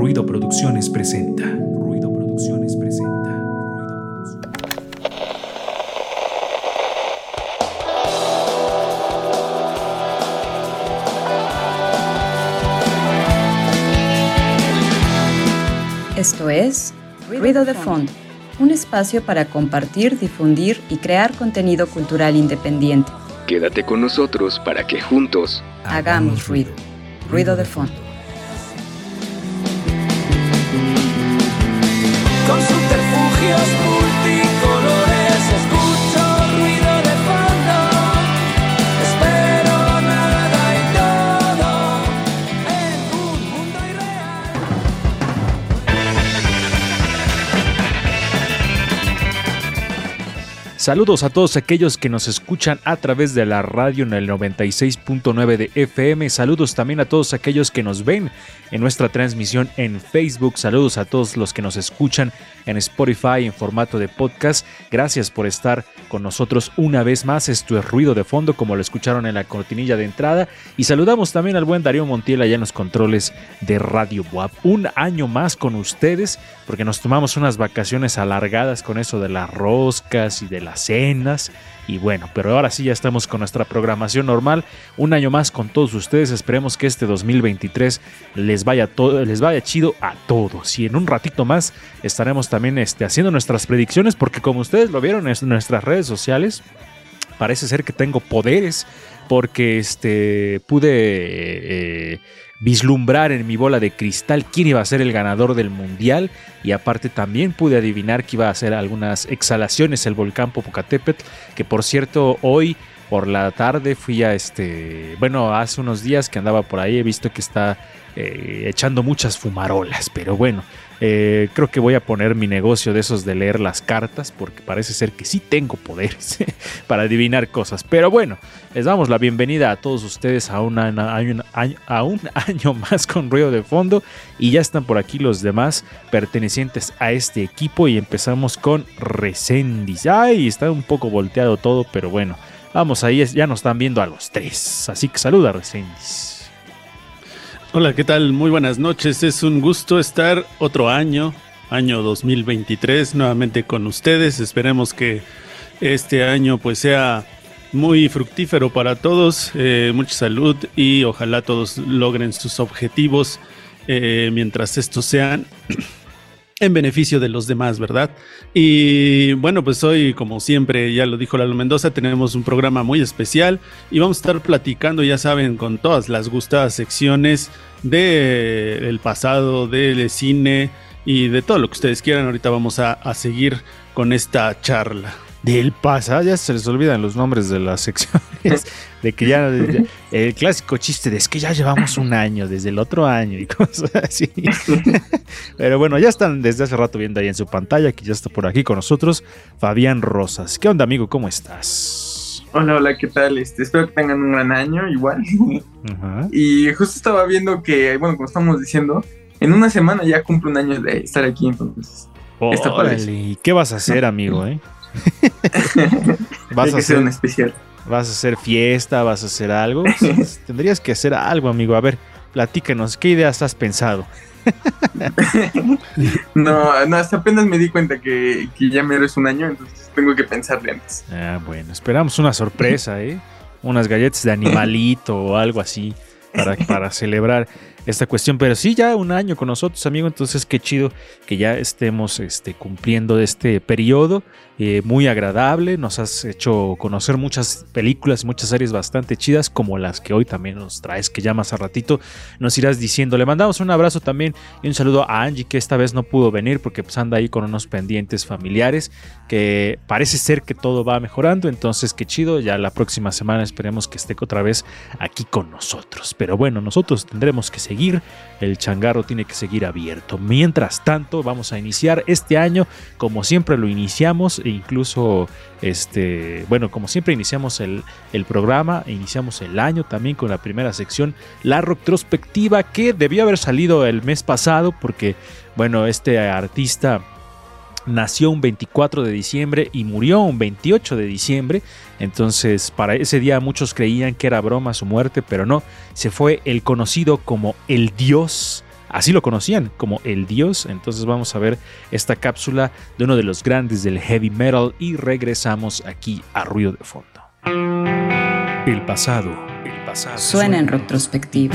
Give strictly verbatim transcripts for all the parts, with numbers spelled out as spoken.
Ruido Producciones presenta. Ruido Producciones presenta. Ruido Producciones. Esto es Ruido de Fondo, un espacio para compartir, difundir y crear contenido cultural independiente. Quédate con nosotros para que juntos hagamos ruido. Ruido de Fondo. Con subterfugios multicolores escucho ruido de fondo. Espero nada y todo en un mundo irreal. Saludos a todos aquellos que nos escuchan a través de la radio en el noventa y seis punto nueve de F M. Saludos también a todos aquellos que nos ven en nuestra transmisión en Facebook. Saludos a todos los que nos escuchan en Spotify en formato de podcast. Gracias por estar con nosotros una vez más. Esto es Ruido de Fondo, como lo escucharon en la cortinilla de entrada. Y saludamos también al buen Darío Montiel allá en los controles de Radio B U A P. Un año más con ustedes, porque nos tomamos unas vacaciones alargadas con eso de las roscas y de las cenas. Y bueno, pero ahora sí ya estamos con nuestra programación normal. Un año más con todos ustedes. Esperemos que este dos mil veintitrés les vaya, todo, les vaya chido a todos. Y en un ratito más estaremos también este, haciendo nuestras predicciones, porque como ustedes lo vieron en nuestras redes sociales, parece ser que tengo poderes, porque este, pude eh, vislumbrar en mi bola de cristal quién iba a ser el ganador del mundial, y aparte también pude adivinar que iba a hacer algunas exhalaciones el volcán Popocatépetl, que por cierto hoy por la tarde fui a este, bueno, hace unos días que andaba por ahí, he visto que está eh, echando muchas fumarolas, pero bueno, eh, creo que voy a poner mi negocio de esos de leer las cartas, porque parece ser que sí tengo poderes para adivinar cosas. Pero bueno, les damos la bienvenida a todos ustedes a, una, a, un, a un año más con Ruido de Fondo, y ya están por aquí los demás pertenecientes a este equipo, y empezamos con Reséndiz. Ay, está un poco volteado todo, pero bueno, vamos ahí, ya nos están viendo a los tres, así que saluda, Reséndiz. Hola, ¿qué tal? Muy buenas noches, es un gusto estar otro año, año dos mil veintitrés, nuevamente con ustedes. Esperemos que este año pues sea muy fructífero para todos, eh, mucha salud, y ojalá todos logren sus objetivos eh, mientras estos sean en beneficio de los demás, ¿verdad? Y bueno, pues hoy, como siempre, ya lo dijo Lalo Mendoza, tenemos un programa muy especial y vamos a estar platicando, ya saben, con todas las gustadas secciones del pasado, del cine y de todo lo que ustedes quieran. Ahorita vamos a, a seguir con esta charla. Del pasado, ya se les olvidan los nombres de las secciones, de que ya, ya el clásico chiste de es que ya llevamos un año desde el otro año y cosas así. Pero bueno, ya están desde hace rato viendo ahí en su pantalla, que ya está por aquí con nosotros Fabián Rosas. ¿Qué onda, amigo? ¿Cómo estás? Hola, hola, ¿qué tal? Este, espero que tengan un gran año igual. Uh-huh. Y justo estaba viendo que, bueno, como estamos diciendo, en una semana ya cumple un año de estar aquí, entonces oh, está padre. ¿Y qué vas a hacer, amigo, eh? ¿Vas a hacer un especial? ¿Vas a hacer fiesta? ¿Vas a hacer algo? Tendrías que hacer algo, amigo. A ver, platícanos, ¿qué ideas has pensado? no, no, hasta apenas me di cuenta que, que ya me eres un año, entonces tengo que pensarle antes. Ah, bueno, esperamos una sorpresa, ¿eh? Unas galletas de animalito o algo así para, para celebrar esta cuestión, pero sí, ya un año con nosotros, amigo, entonces qué chido que ya estemos este, cumpliendo este periodo, eh, muy agradable. Nos has hecho conocer muchas películas, muchas series bastante chidas, como las que hoy también nos traes, que ya más a ratito nos irás diciendo. Le mandamos un abrazo también y un saludo a Angie, que esta vez no pudo venir porque pues anda ahí con unos pendientes familiares, que parece ser que todo va mejorando, entonces qué chido, ya la próxima semana esperemos que esté otra vez aquí con nosotros. Pero bueno, nosotros tendremos que seguir, el changarro tiene que seguir abierto. Mientras tanto, vamos a iniciar este año como siempre lo iniciamos, e incluso este, bueno, como siempre iniciamos el, el programa, iniciamos el año también con la primera sección, la retrospectiva, que debió haber salido el mes pasado porque, bueno, este artista nació un veinticuatro de diciembre y murió un veintiocho de diciembre. Entonces, para ese día muchos creían que era broma su muerte, pero no. Se fue el conocido como el dios así lo conocían, como el dios. Entonces vamos a ver esta cápsula de uno de los grandes del heavy metal y regresamos aquí a Ruido de Fondo. El pasado, el pasado suena en retrospectiva.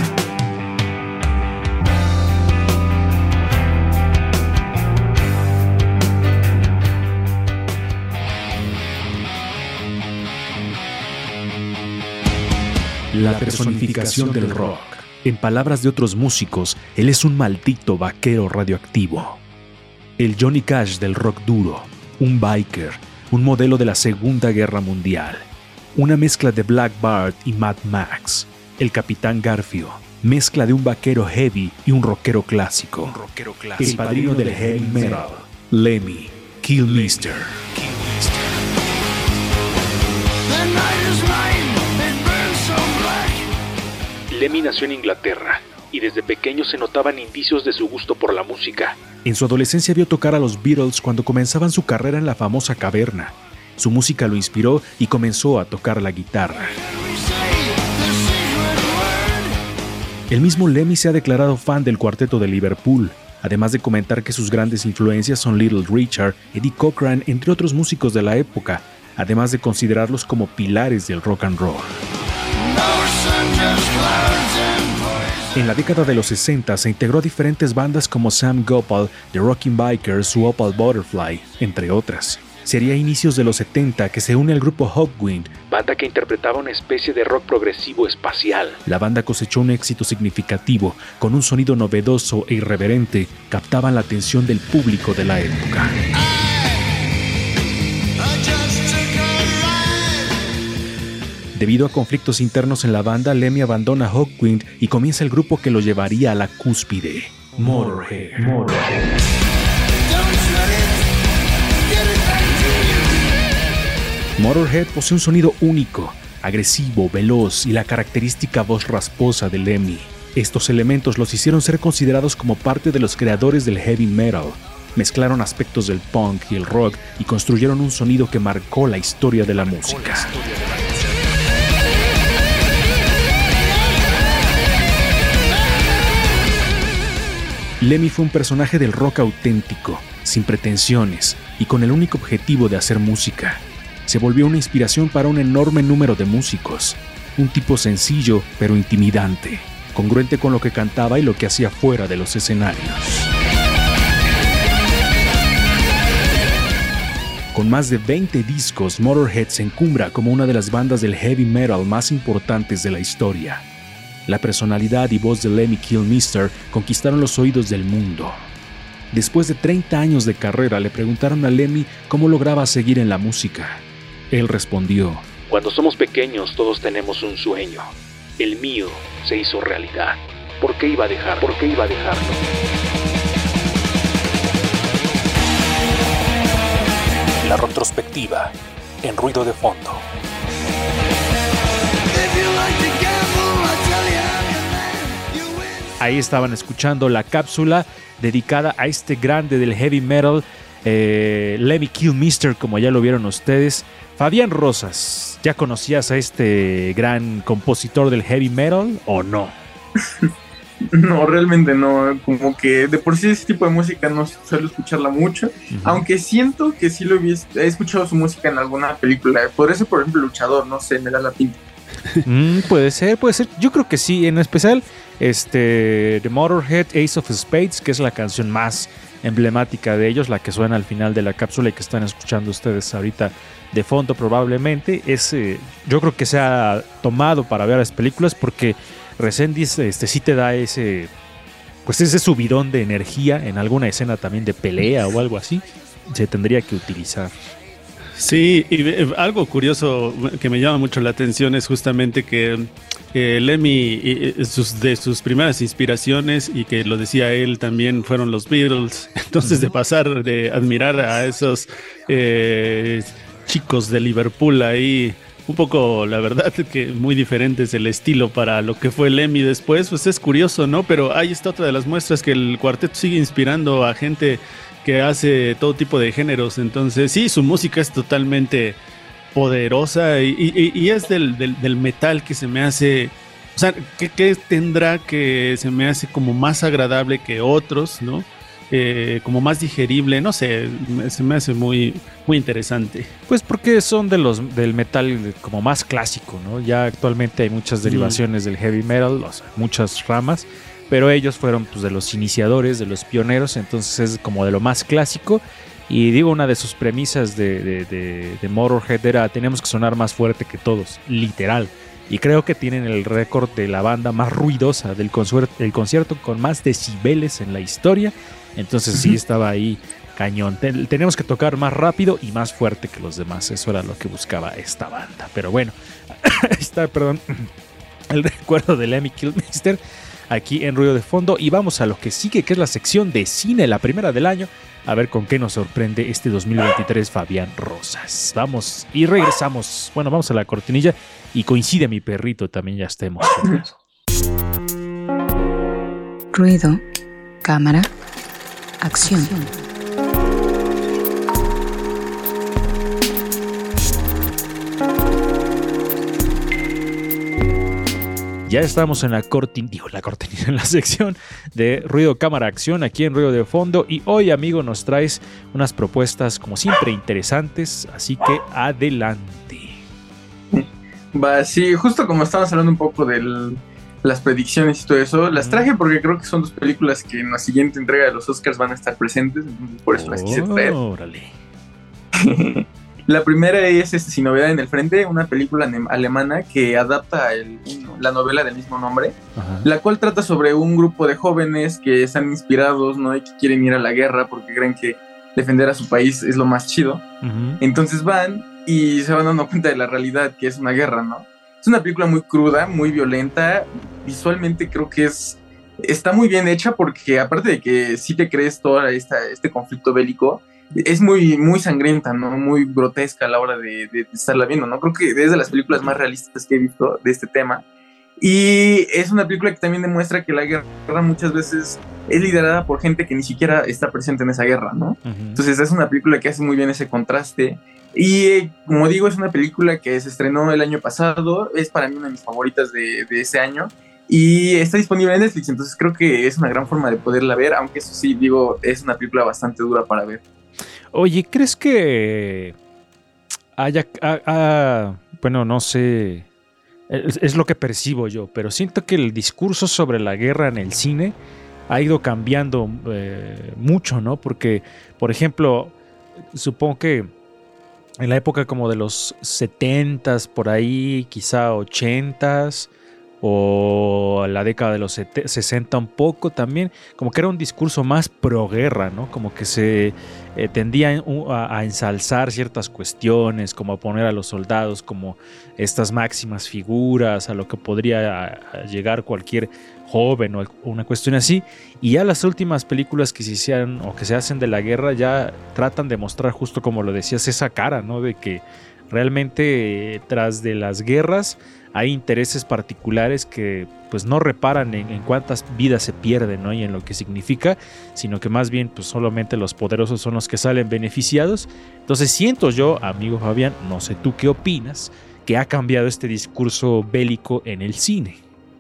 La personificación del rock. En palabras de otros músicos, él es un maldito vaquero radioactivo. El Johnny Cash del rock duro, un biker, un modelo de la Segunda Guerra Mundial. Una mezcla de Black Bart y Mad Max. El Capitán Garfio, mezcla de un vaquero heavy y un rockero clásico. Un rockero clásico. El padrino del heavy metal, Lemmy Kilmister. Lemmy nació en Inglaterra y desde pequeño se notaban indicios de su gusto por la música. En su adolescencia vio tocar a los Beatles cuando comenzaban su carrera en la famosa caverna. Su música lo inspiró y comenzó a tocar la guitarra. El mismo Lemmy se ha declarado fan del Cuarteto de Liverpool, además de comentar que sus grandes influencias son Little Richard, Eddie Cochran, entre otros músicos de la época, además de considerarlos como pilares del rock and roll. En la década de los sesenta se integró a diferentes bandas como Sam Gopal, The Rockin' Bikers u Opal Butterfly, entre otras. Sería a inicios de los setenta que se une al grupo Hawkwind, banda que interpretaba una especie de rock progresivo espacial. La banda cosechó un éxito significativo, con un sonido novedoso e irreverente, captaban la atención del público de la época. Debido a conflictos internos en la banda, Lemmy abandona Hawkwind y comienza el grupo que lo llevaría a la cúspide, Motorhead. Motorhead. Motorhead posee un sonido único, agresivo, veloz y la característica voz rasposa de Lemmy. Estos elementos los hicieron ser considerados como parte de los creadores del heavy metal. Mezclaron aspectos del punk y el rock y construyeron un sonido que marcó la historia de la música. Lemmy fue un personaje del rock auténtico, sin pretensiones y con el único objetivo de hacer música. Se volvió una inspiración para un enorme número de músicos. Un tipo sencillo pero intimidante, congruente con lo que cantaba y lo que hacía fuera de los escenarios. Con más de veinte discos, Motorhead se encumbra como una de las bandas del heavy metal más importantes de la historia. La personalidad y voz de Lemmy Kilmister conquistaron los oídos del mundo. Después de treinta años de carrera, le preguntaron a Lemmy cómo lograba seguir en la música. Él respondió: cuando somos pequeños todos tenemos un sueño. El mío se hizo realidad. ¿Por qué iba a dejar? ¿Por qué iba a dejarlo? La retrospectiva en Ruido de Fondo. Ahí estaban escuchando la cápsula dedicada a este grande del heavy metal, eh, Lemmy Kilmister, como ya lo vieron ustedes. Fabián Rosas, ¿ya conocías a este gran compositor del heavy metal o no? No, realmente no. Como que de por sí ese tipo de música no suelo escucharla mucho. Uh-huh. Aunque siento que sí lo he visto, he escuchado su música en alguna película. Por eso, por ejemplo, Luchador, no sé, me da la pinta. mm, puede ser, puede ser. Yo creo que sí, en especial este The Motorhead, Ace of Spades, que es la canción más emblemática de ellos, la que suena al final de la cápsula y que están escuchando ustedes ahorita de fondo probablemente. Es, eh, yo creo que se ha tomado para ver las películas porque Resendiz este, sí te da ese, pues ese subidón de energía en alguna escena también de pelea o algo así. Se tendría que utilizar. Sí, y algo curioso que me llama mucho la atención es justamente que eh, Lemmy, eh, sus, de sus primeras inspiraciones, y que lo decía él también, fueron los Beatles. Entonces, de pasar de admirar a esos eh, chicos de Liverpool ahí, un poco, la verdad, que muy diferentes el estilo para lo que fue Lemmy después, pues es curioso, ¿no? Pero ahí está otra de las muestras que el cuarteto sigue inspirando a gente que hace todo tipo de géneros. Entonces sí, su música es totalmente poderosa y, y, y es del, del, del metal que se me hace O sea, ¿qué, qué tendrá que se me hace como más agradable que otros, ¿no? Eh, como más digerible, no sé, se me hace muy, muy interesante. Pues porque son de los del metal como más clásico, ¿no? Ya actualmente hay muchas derivaciones mm. del heavy metal, o sea, muchas ramas, pero ellos fueron pues de los iniciadores, de los pioneros, entonces es como de lo más clásico. Y digo, una de sus premisas de, de, de, de Motorhead era: tenemos que sonar más fuerte que todos, literal. Y creo que tienen el récord de la banda más ruidosa del concierto, el concierto con más decibeles en la historia. Entonces sí estaba ahí cañón. Ten, tenemos que tocar más rápido y más fuerte que los demás. Eso era lo que buscaba esta banda. Pero bueno, ahí está, perdón, el recuerdo de Lemmy Kilmister aquí en Ruido de Fondo. Y vamos a lo que sigue, que es la sección de cine, la primera del año. A ver con qué nos sorprende este dos mil veintitrés Fabián Rosas. Vamos y regresamos. Bueno, vamos a la cortinilla. Y coincide mi perrito, también ya está emocionado. Ruido, cámara, acción. Ya estamos en la cortinilla, digo, la cortinilla, en la sección de Ruido, Cámara, Acción, aquí en Ruido de Fondo. Y hoy, amigo, nos traes unas propuestas, como siempre, interesantes. Así que adelante. Va, sí, justo como estábamos hablando un poco de las predicciones y todo eso, las traje porque creo que son dos películas que en la siguiente entrega de los Oscars van a estar presentes, entonces por eso las quise traer. Órale. La primera es este, Sin Novedad en el Frente, una película alemana que adapta el, la novela del mismo nombre, ajá, la cual trata sobre un grupo de jóvenes que están inspirados, ¿no? Y que quieren ir a la guerra porque creen que defender a su país es lo más chido. Uh-huh. Entonces van y se van dando cuenta de la realidad, que es una guerra, ¿no? Es una película muy cruda, muy violenta. Visualmente creo que es está muy bien hecha porque aparte de que sí te crees todo esta, este conflicto bélico, es muy, muy sangrienta, ¿no? Muy grotesca a la hora de, de, de estarla viendo, ¿no? Creo que es de las películas más realistas que he visto de este tema. Y es una película que también demuestra que la guerra muchas veces es liderada por gente que ni siquiera está presente en esa guerra, ¿no? Uh-huh. Entonces es una película que hace muy bien ese contraste. Y eh, como digo, es una película que se estrenó el año pasado, es para mí una de mis favoritas de, de ese año. Y está disponible en Netflix, entonces creo que es una gran forma de poderla ver, aunque eso sí, digo, es una película bastante dura para ver. Oye, ¿crees que haya, a, a, bueno, no sé, es, es lo que percibo yo, pero siento que el discurso sobre la guerra en el cine ha ido cambiando eh, mucho, ¿no? Porque, por ejemplo, supongo que en la época como de los setentas, por ahí, quizá ochentas, o la década de los sesenta un poco también, como que era un discurso más pro guerra, ¿no? Como que se eh, tendía a, a ensalzar ciertas cuestiones, como a poner a los soldados como estas máximas figuras, a lo que podría a, a llegar cualquier joven o una cuestión así. Y ya las últimas películas que se hicieron o que se hacen de la guerra ya tratan de mostrar, justo como lo decías, esa cara, ¿no? De que realmente eh, tras de las guerras hay intereses particulares que pues no reparan en, en cuántas vidas se pierden, ¿no? Y en lo que significa, sino que más bien pues solamente los poderosos son los que salen beneficiados. Entonces siento yo, amigo Fabián, no sé tú qué opinas, que ha cambiado este discurso bélico en el cine.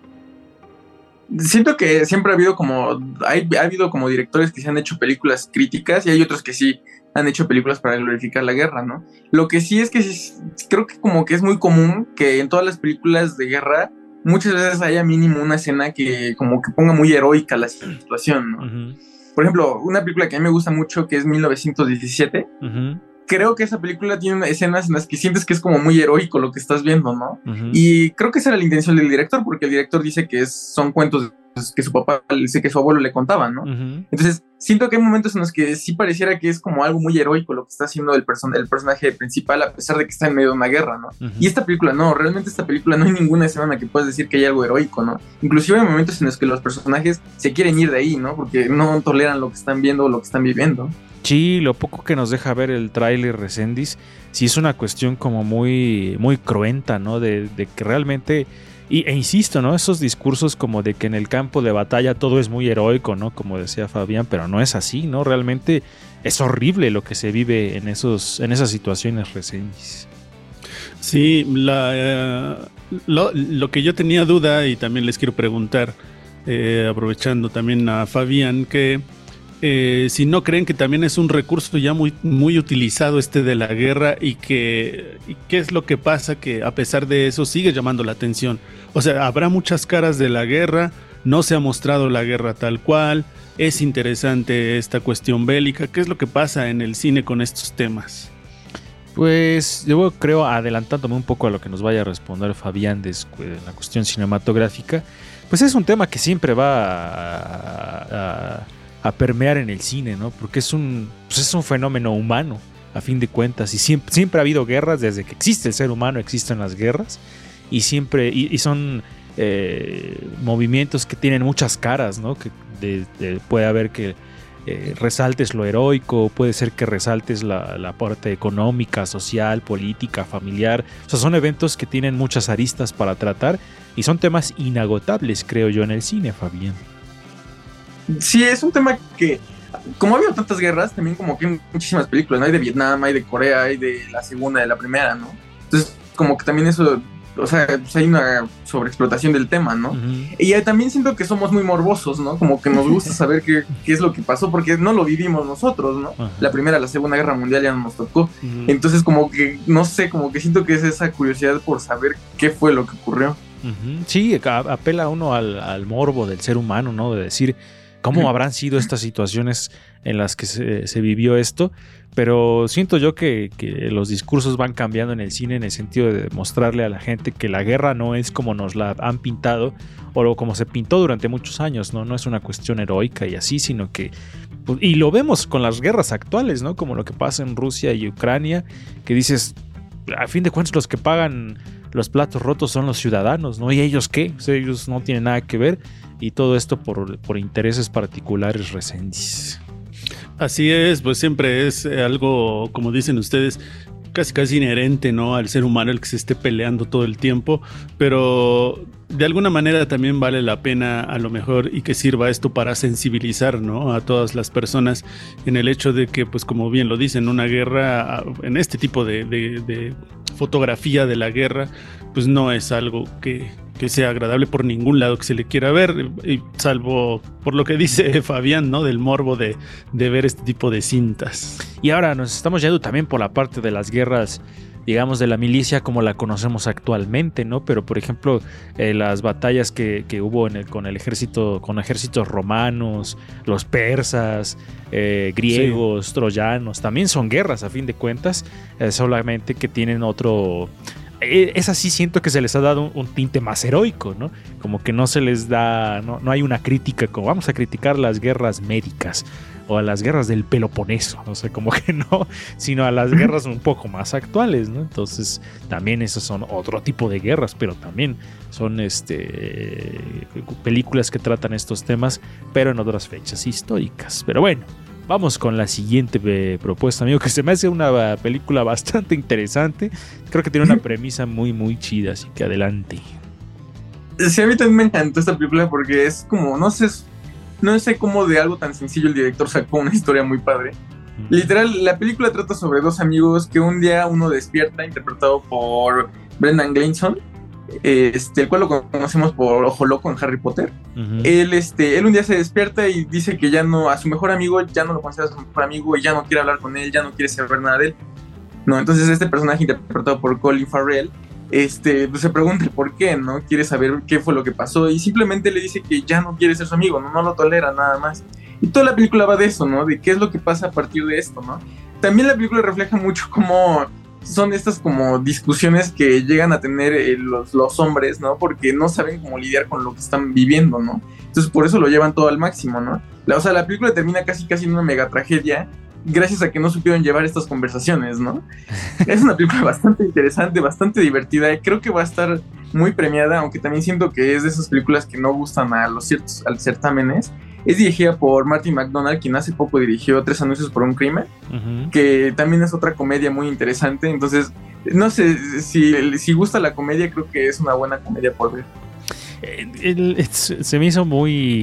Siento que siempre ha habido como hay, ha habido como directores que se han hecho películas críticas y hay otros que sí han hecho películas para glorificar la guerra, ¿no? Lo que sí es que sí, creo que como que es muy común que en todas las películas de guerra muchas veces haya mínimo una escena que como que ponga muy heroica la situación, ¿no? Uh-huh. Por ejemplo, una película que a mí me gusta mucho que es mil novecientos diecisiete, uh-huh. Creo que esa película tiene escenas en las que sientes que es como muy heroico lo que estás viendo, ¿no? Uh-huh. Y creo que esa era la intención del director, porque el director dice que es, son cuentos que su papá, dice que su abuelo le contaba, ¿no? Uh-huh. Entonces, siento que hay momentos en los que sí pareciera que es como algo muy heroico lo que está haciendo el, person- el personaje principal, a pesar de que está en medio de una guerra, ¿no? Uh-huh. Y esta película no, realmente esta película no hay ninguna escena en la que puedas decir que hay algo heroico, ¿no? Inclusive hay momentos en los que los personajes se quieren ir de ahí, ¿no? Porque no toleran lo que están viendo o lo que están viviendo. Sí, lo poco que nos deja ver el tráiler Reséndiz, sí es una cuestión como muy, muy cruenta, ¿no? De, de que realmente, y, e insisto, ¿no? Esos discursos como de que en el campo de batalla todo es muy heroico, ¿no? Como decía Fabián, pero no es así, ¿no? Realmente es horrible lo que se vive en esos, en esas situaciones Reséndiz. Sí, la, eh, lo, lo que yo tenía duda, y también les quiero preguntar, eh, aprovechando también a Fabián, que eh, si no creen que también es un recurso ya muy, muy utilizado este de la guerra, y que y qué es lo que pasa que a pesar de eso sigue llamando la atención. O sea, habrá muchas caras de la guerra, no se ha mostrado la guerra tal cual, es interesante esta cuestión bélica. ¿Qué es lo que pasa en el cine con estos temas? Pues yo creo, adelantándome un poco a lo que nos vaya a responder Fabián de la cuestión cinematográfica, pues es un tema que siempre va a, a, a permear en el cine, ¿no? Porque es un, pues es un fenómeno humano, a fin de cuentas, y siempre, siempre ha habido guerras. Desde que existe el ser humano existen las guerras, y siempre y, y son eh, movimientos que tienen muchas caras, ¿no? Que de, de, puede haber que Eh, resaltes lo heroico, puede ser que resaltes la, la parte económica, social, política, familiar. O sea, son eventos que tienen muchas aristas para tratar y son temas inagotables, creo yo, en el cine, Fabián. Sí, es un tema que, como ha habido tantas guerras, también como que hay muchísimas películas, ¿no? Hay de Vietnam, hay de Corea, hay de la segunda, de la primera, ¿no? Entonces, como que también eso... O sea, pues hay una sobreexplotación del tema, ¿no? Uh-huh. Y también siento que somos muy morbosos, ¿no? Como que nos gusta saber qué, qué es lo que pasó, porque no lo vivimos nosotros, ¿no? Uh-huh. La primera, la segunda guerra mundial ya no nos tocó. Uh-huh. Entonces, como que, no sé, como que siento que es esa curiosidad por saber qué fue lo que ocurrió. Uh-huh. Sí, apela uno al, al morbo del ser humano, ¿no? De decir, ¿cómo uh-huh. habrán sido estas situaciones en las que se, se vivió esto? Pero siento yo que, que los discursos van cambiando en el cine, en el sentido de mostrarle a la gente que la guerra no es como nos la han pintado o como se pintó durante muchos años, ¿no? No es una cuestión heroica y así, sino que... Y lo vemos con las guerras actuales, ¿no? Como lo que pasa en Rusia y Ucrania, que dices, a fin de cuentas los que pagan los platos rotos son los ciudadanos, ¿no? ¿Y ellos qué? O sea, ellos no tienen nada que ver, y todo esto por, por intereses particulares recendis. Así es, pues siempre es algo, como dicen ustedes, casi casi inherente, ¿no? Al ser humano el que se esté peleando todo el tiempo, pero de alguna manera también vale la pena a lo mejor, y que sirva esto para sensibilizar, ¿no? A todas las personas en el hecho de que, pues como bien lo dicen, una guerra, en este tipo de, de, de fotografía de la guerra, pues no es algo que... que sea agradable por ningún lado que se le quiera ver, y salvo por lo que dice Fabián, ¿no? Del morbo de, de ver este tipo de cintas. Y ahora nos estamos yendo también por la parte de las guerras, digamos, de la milicia como la conocemos actualmente, ¿no? Pero por ejemplo, eh, las batallas que, que hubo en el, con el ejército, con ejércitos romanos, los persas, eh, griegos, sí. troyanos, también son guerras a fin de cuentas, eh, solamente que tienen otro... Es así, siento que se les ha dado un, un tinte más heroico, ¿no? Como que no se les da, no, no hay una crítica como vamos a criticar las guerras médicas o a las guerras del Peloponeso, o sea, como que no, sino a las guerras un poco más actuales, ¿no? Entonces también esos son otro tipo de guerras, pero también son este películas que tratan estos temas, pero en otras fechas históricas. Pero bueno, vamos con la siguiente eh, propuesta, amigo, que se me hace una película bastante interesante. Creo que tiene una premisa muy, muy chida, así que adelante. Sí, a mí también me encantó esta película porque es como, no sé, no sé cómo de algo tan sencillo el director sacó una historia muy padre. Mm. Literal, la película trata sobre dos amigos que un día uno despierta, interpretado por Brendan Gleeson, este, el cual lo conocemos por Ojo Loco en Harry Potter. Uh-huh. Él, este, él un día se despierta y dice que ya no, a su mejor amigo ya no lo considera su mejor amigo y ya no quiere hablar con él, ya no quiere saber nada de él. No, entonces este personaje interpretado por Colin Farrell, este, pues se pregunta el por qué, ¿no? Quiere saber qué fue lo que pasó y simplemente le dice que ya no quiere ser su amigo, no, no lo tolera nada más. Y toda la película va de eso, ¿no? De qué es lo que pasa a partir de esto, ¿no? También la película refleja mucho cómo son estas como discusiones que llegan a tener eh, los, los hombres, ¿no? Porque no saben cómo lidiar con lo que están viviendo, ¿no? Entonces por eso lo llevan todo al máximo, ¿no? La, o sea, la película termina casi casi en una mega tragedia gracias a que no supieron llevar estas conversaciones, ¿no? Es una película bastante interesante, bastante divertida, y creo que va a estar muy premiada, aunque también siento que es de esas películas que no gustan a los ciertos a los certámenes. Es dirigida por Martin McDonagh, quien hace poco dirigió Tres anuncios por un crimen, uh-huh. que también es otra comedia muy interesante. Entonces, no sé, si, si gusta la comedia, creo que es una buena comedia por ver. El, el, se me hizo muy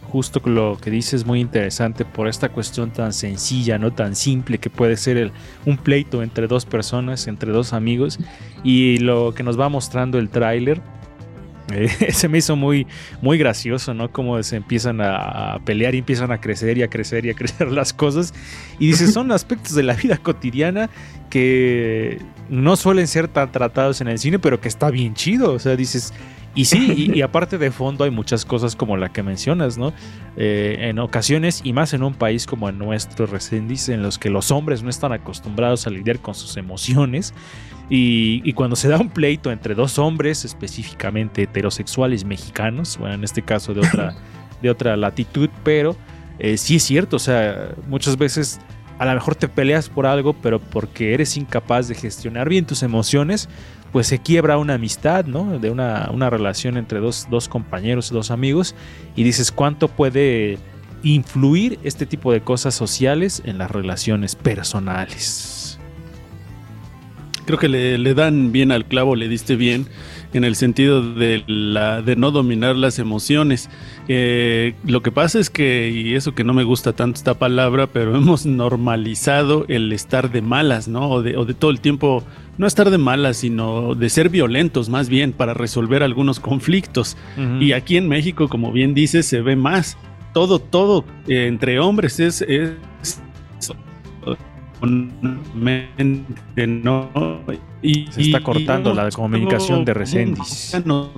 justo lo que dices es muy interesante por esta cuestión tan sencilla, no tan simple que puede ser el, un pleito entre dos personas, entre dos amigos, y lo que nos va mostrando el tráiler. Eh, se me hizo muy, muy gracioso, ¿no? Cómo se empiezan a, a pelear y empiezan a crecer y a crecer y a crecer las cosas. Y dices, son aspectos de la vida cotidiana que no suelen ser tan tratados en el cine, pero que está bien chido. O sea, dices, y sí, y, y aparte de fondo hay muchas cosas como la que mencionas, ¿no? Eh, en ocasiones, y más en un país como el nuestro, Reséndiz, en los que los hombres no están acostumbrados a lidiar con sus emociones. Y, y cuando se da un pleito entre dos hombres, específicamente heterosexuales mexicanos, bueno, en este caso de otra, de otra latitud, pero eh, sí es cierto, o sea, muchas veces a lo mejor te peleas por algo, pero porque eres incapaz de gestionar bien tus emociones, pues se quiebra una amistad, ¿no? De una, una relación entre dos, dos compañeros, dos amigos, y dices, ¿cuánto puede influir este tipo de cosas sociales en las relaciones personales? Creo que le, le dan bien al clavo, le diste bien en el sentido de, la, de no dominar las emociones. Eh, lo que pasa es que, y eso que no me gusta tanto esta palabra, pero hemos normalizado el estar de malas, ¿no? O de, o de todo el tiempo, no estar de malas, sino de ser violentos más bien para resolver algunos conflictos. Uh-huh. Y aquí en México, como bien dices, se ve más. Todo, todo eh, entre hombres es... es no y, se está cortando y, la comunicación de Reséndiz.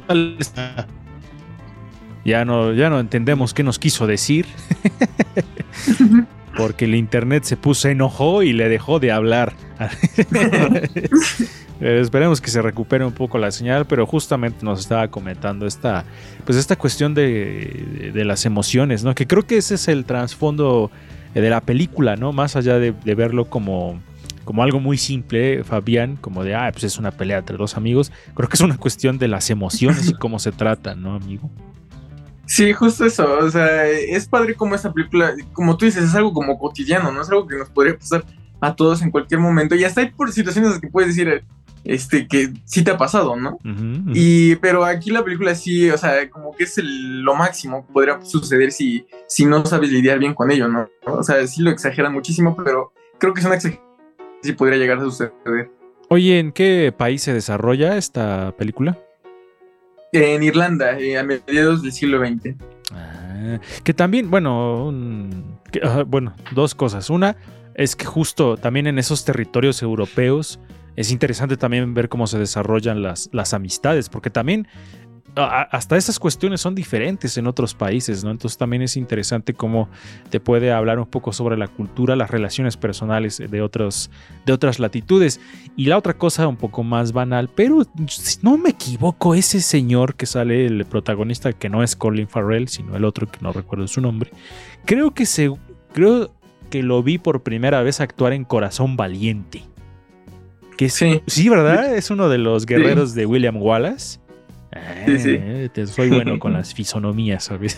Ya no, ya no entendemos qué nos quiso decir. Porque el internet se puso, se enojó y le dejó de hablar. Esperemos que se recupere un poco la señal, pero justamente nos estaba comentando esta, pues esta cuestión de, de las emociones, ¿no? Que creo que ese es el trasfondo de la película, ¿no? Más allá de, de verlo como, como algo muy simple, Fabián, como de, ah, pues es una pelea entre dos amigos. Creo que es una cuestión de las emociones y cómo se tratan, ¿no, amigo? Sí, justo eso. O sea, es padre como esta película, como tú dices, es algo como cotidiano, ¿no? Es algo que nos podría pasar a todos en cualquier momento. Y hasta hay por situaciones que puedes decir, este, que sí te ha pasado, ¿no? Uh-huh, uh-huh. Y, pero aquí la película sí, o sea, como que es el, lo máximo que podría suceder si, si no sabes lidiar bien con ello, ¿no? O sea, sí lo exageran muchísimo, pero creo que es una exageración que sí podría llegar a suceder. Oye, ¿en qué país se desarrolla esta película? En Irlanda, eh, a mediados del siglo veinte. Ah, que también, bueno, un, que, uh, bueno, dos cosas. Una es que justo también en esos territorios europeos es interesante también ver cómo se desarrollan las, las amistades, porque también a, hasta esas cuestiones son diferentes en otros países, ¿no? Entonces también es interesante cómo te puede hablar un poco sobre la cultura, las relaciones personales de, otros, de otras latitudes. Y la otra cosa un poco más banal, pero si no me equivoco, ese señor que sale, el protagonista, que no es Colin Farrell, sino el otro que no recuerdo su nombre, creo que, se, creo que lo vi por primera vez actuar en Corazón Valiente. Que es, sí. sí, ¿verdad? Es uno de los guerreros sí. de William Wallace. Ah, sí, sí. Te soy bueno con las fisonomías, ¿sabes?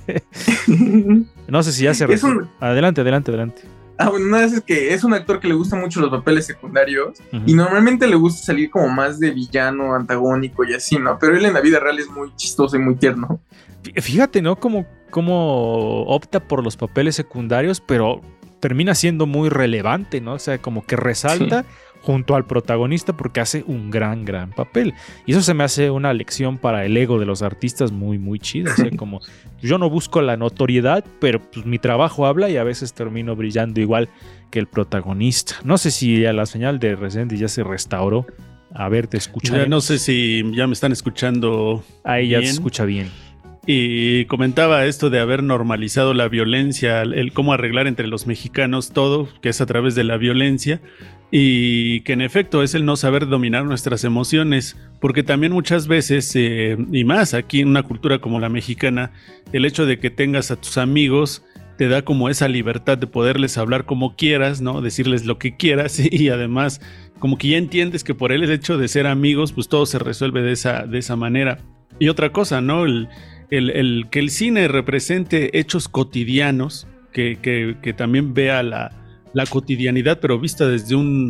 No sé si ya se... Re... Un... Adelante, adelante, adelante. Ah, bueno, nada, es que es un actor que le gusta mucho los papeles secundarios uh-huh. y normalmente le gusta salir como más de villano, antagónico y así, ¿no? Pero él en la vida real es muy chistoso y muy tierno. Fíjate, ¿no? Como, como opta por los papeles secundarios, pero termina siendo muy relevante, ¿no? O sea, como que resalta... Sí. junto al protagonista porque hace un gran, gran papel. Y eso se me hace una lección para el ego de los artistas muy, muy chida. O sea, como yo no busco la notoriedad, pero pues mi trabajo habla y a veces termino brillando igual que el protagonista. No sé si a la señal de Reséndiz ya se restauró. A ver, te escucho. Ya no sé si ya me están escuchando. Ahí ya se escucha bien. Y comentaba esto de haber normalizado la violencia, el cómo arreglar entre los mexicanos todo, que es a través de la violencia, y que en efecto es el no saber dominar nuestras emociones, porque también muchas veces, eh, y más aquí en una cultura como la mexicana, el hecho de que tengas a tus amigos te da como esa libertad de poderles hablar como quieras, ¿no? Decirles lo que quieras y además como que ya entiendes que por el hecho de ser amigos, pues todo se resuelve de esa, de esa manera. Y otra cosa, ¿no? El, El, el, que el cine represente hechos cotidianos, que, que, que también vea la, la cotidianidad, pero vista desde un,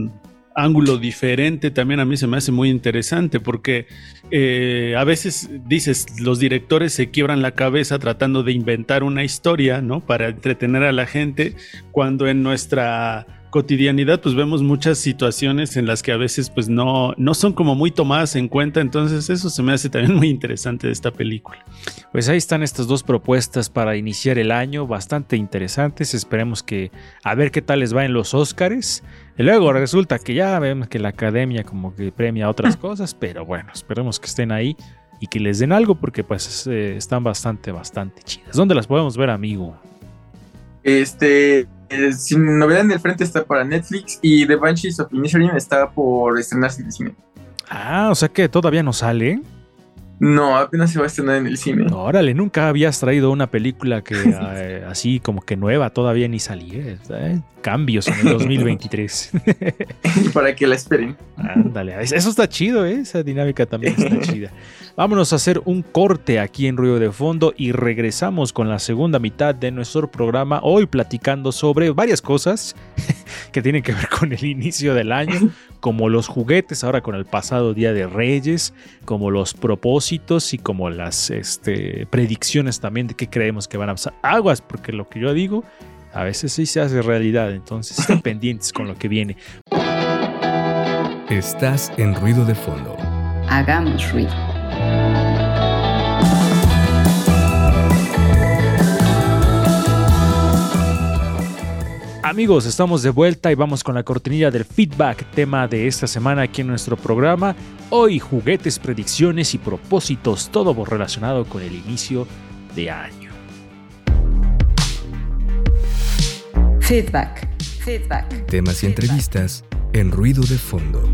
ángulo diferente también a mí se me hace muy interesante porque eh, a veces dices, los directores se quiebran la cabeza tratando de inventar una historia, ¿no? Para entretener a la gente, cuando en nuestra cotidianidad pues vemos muchas situaciones en las que a veces pues no, no son como muy tomadas en cuenta. Entonces eso se me hace también muy interesante de esta película. Pues ahí están estas dos propuestas para iniciar el año, bastante interesantes. Esperemos que a ver qué tal les va en los Óscares. Y luego resulta que ya vemos que la academia como que premia otras cosas, pero bueno, esperemos que estén ahí y que les den algo porque pues eh, están bastante, bastante chidas. ¿Dónde las podemos ver, amigo? Este, eh, Sin Novedad en el Frente está para Netflix y The Banshees of Inisherin está por estrenarse en el cine. Ah, o sea que todavía no sale. No, apenas se va a estrenar en el cine. Órale, nunca habías traído una película que eh, así como que nueva todavía ni salía. ¿eh? Cambios en el dos mil veintitrés. Para que la esperen. Ándale, eso está chido, ¿eh? Esa dinámica también está chida. Vámonos a hacer un corte aquí en Ruido de Fondo y regresamos con la segunda mitad de nuestro programa. Hoy platicando sobre varias cosas que tienen que ver con el inicio del año, como los juguetes ahora con el pasado Día de Reyes, como los propósitos y como las este, predicciones también de qué creemos que van a pasar. Aguas, porque lo que yo digo a veces sí se hace realidad, entonces estén pendientes con lo que viene. Estás en Ruido de Fondo. Hagamos ruido. Amigos, estamos de vuelta y vamos con la cortinilla del feedback, tema de esta semana aquí en nuestro programa. Hoy, juguetes, predicciones y propósitos, todo relacionado con el inicio de año. Feedback. Feedback. Temas y entrevistas en Ruido de Fondo.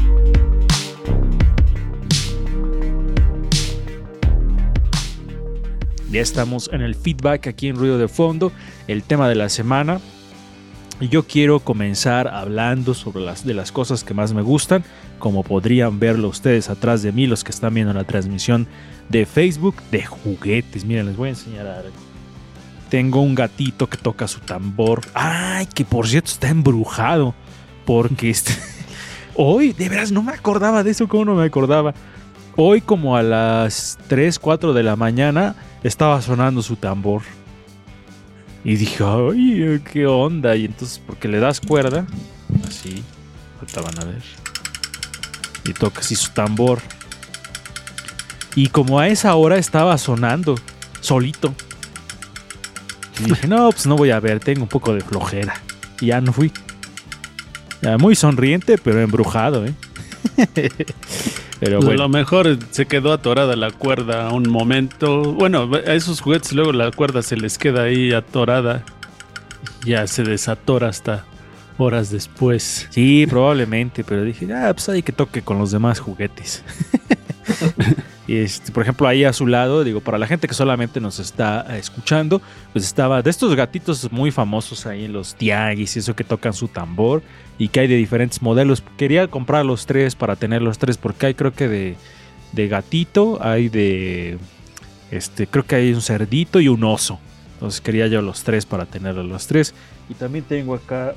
Ya estamos en el feedback aquí en Ruido de Fondo, el tema de la semana. Y yo quiero comenzar hablando sobre las de las cosas que más me gustan, como podrían verlo ustedes atrás de mí, los que están viendo la transmisión de Facebook, de juguetes. Miren, les voy a enseñar algo. Tengo un gatito que toca su tambor. Ay, que por cierto está embrujado, porque este... hoy, de veras, no me acordaba de eso, ¿cómo no me acordaba? Hoy como a las tres, cuatro de la mañana estaba sonando su tambor. Y dije, ay, qué onda. Y entonces, porque le das cuerda, así, ahorita van a ver, y toca así su tambor. Y como a esa hora estaba sonando, solito. Y dije, no, pues no voy a ver, tengo un poco de flojera. Y ya no fui. Ya, muy sonriente, pero embrujado, ¿eh? Pero pues bueno. A lo mejor se quedó atorada la cuerda un momento. Bueno, a esos juguetes luego la cuerda se les queda ahí atorada. Ya se desatora hasta horas después. Sí, probablemente, pero dije, ah, pues hay que toque con los demás juguetes. Y este, por ejemplo, ahí a su lado, digo, para la gente que solamente nos está escuchando, pues estaba de estos gatitos muy famosos ahí en los tianguis y eso que tocan su tambor y que hay de diferentes modelos. Quería comprar los tres para tener los tres porque hay creo que de, de gatito, hay de, este, creo que hay un cerdito y un oso. Entonces quería yo los tres para tener los tres. Y también tengo acá